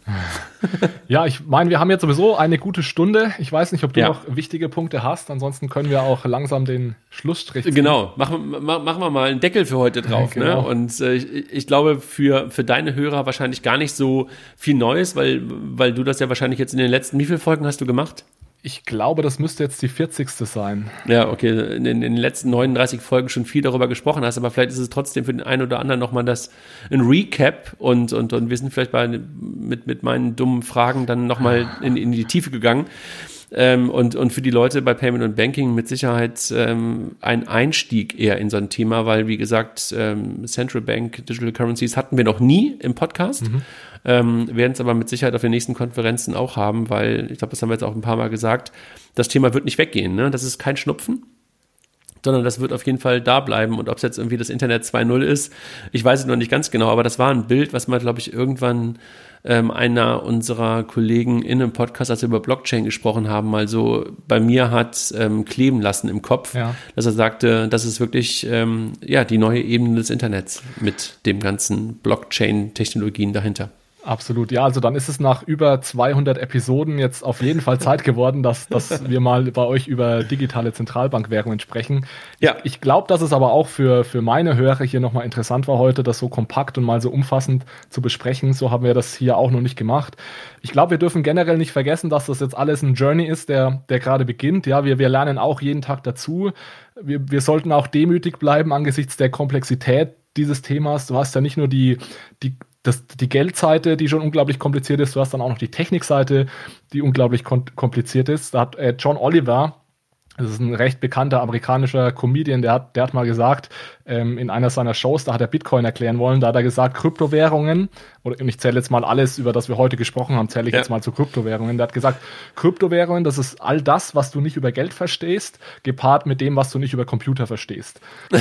Ja, ich meine, wir haben jetzt sowieso eine gute Stunde. Ich weiß nicht, ob du ja. noch wichtige Punkte hast. Ansonsten können wir auch langsam den Schlussstrich ziehen. Genau, machen, machen wir mal einen Deckel für heute drauf. Genau. Ne? Und äh, ich, ich glaube, für, für deine Hörer wahrscheinlich gar nicht so viel Neues, weil, weil du das ja wahrscheinlich jetzt in den letzten, wie viele Folgen hast du gemacht? Ich glaube, das müsste jetzt die vierzigste sein. Ja, okay, in, in den letzten neununddreißig Folgen schon viel darüber gesprochen hast, aber vielleicht ist es trotzdem für den einen oder anderen nochmal das ein Recap und, und, und wir sind vielleicht bei, mit, mit meinen dummen Fragen dann nochmal in, in die Tiefe gegangen. Ähm, und, und für die Leute bei Payment und Banking mit Sicherheit ähm, ein Einstieg eher in so ein Thema, weil, wie gesagt, ähm, Central Bank Digital Currencies hatten wir noch nie im Podcast, mhm. ähm, werden es aber mit Sicherheit auf den nächsten Konferenzen auch haben, weil, ich glaube, das haben wir jetzt auch ein paar Mal gesagt, das Thema wird nicht weggehen, ne? Das ist kein Schnupfen, sondern das wird auf jeden Fall da bleiben. Und ob es jetzt irgendwie das Internet zwei Punkt null ist, ich weiß es noch nicht ganz genau, aber das war ein Bild, was mal, glaube ich, irgendwann ähm, einer unserer Kollegen in einem Podcast, als wir über Blockchain gesprochen haben, mal so bei mir hat ähm, kleben lassen im Kopf, ja. Dass er sagte, das ist wirklich ähm, ja die neue Ebene des Internets mit dem ganzen Blockchain-Technologien dahinter. Absolut, ja, also dann ist es nach über zweihundert Episoden jetzt auf jeden Fall Zeit geworden, dass, dass wir mal bei euch über digitale Zentralbankwährungen sprechen. Ja. Ich, ich glaube, dass es aber auch für, für meine Hörer hier nochmal interessant war heute, das so kompakt und mal so umfassend zu besprechen. So haben wir das hier auch noch nicht gemacht. Ich glaube, wir dürfen generell nicht vergessen, dass das jetzt alles ein Journey ist, der, der gerade beginnt. Ja, wir, wir lernen auch jeden Tag dazu. Wir, wir sollten auch demütig bleiben angesichts der Komplexität dieses Themas. Du hast ja nicht nur die, die Das, die Geldseite, die schon unglaublich kompliziert ist, du hast dann auch noch die Technikseite, die unglaublich kon- kompliziert ist. Da hat äh, John Oliver, das ist ein recht bekannter amerikanischer Comedian, der hat, der hat mal gesagt, ähm, in einer seiner Shows, da hat er Bitcoin erklären wollen, da hat er gesagt, Kryptowährungen, oder und ich zähle jetzt mal alles, über das wir heute gesprochen haben, zähle ich ja. jetzt mal zu Kryptowährungen. Der hat gesagt, Kryptowährungen, das ist all das, was du nicht über Geld verstehst, gepaart mit dem, was du nicht über Computer verstehst.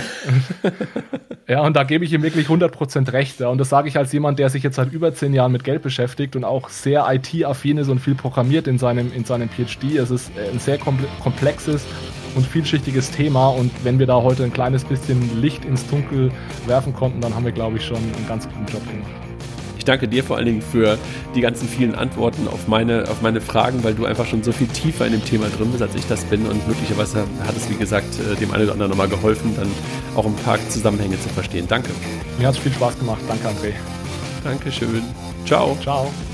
Ja, und da gebe ich ihm wirklich hundert Prozent recht. Ja. Und das sage ich als jemand, der sich jetzt seit über zehn Jahren mit Geld beschäftigt und auch sehr I T-affin ist und viel programmiert in seinem, in seinem P H D. Es ist ein sehr komplexes und vielschichtiges Thema. Und wenn wir da heute ein kleines bisschen Licht ins Dunkel werfen konnten, dann haben wir, glaube ich, schon einen ganz guten Job gemacht. Ich danke dir vor allen Dingen für die ganzen vielen Antworten auf meine, auf meine Fragen, weil du einfach schon so viel tiefer in dem Thema drin bist, als ich das bin. Und möglicherweise hat es, wie gesagt, dem einen oder anderen nochmal geholfen, dann auch ein paar Zusammenhänge zu verstehen. Danke. Mir hat es viel Spaß gemacht. Danke, André. Dankeschön. Ciao. Ciao.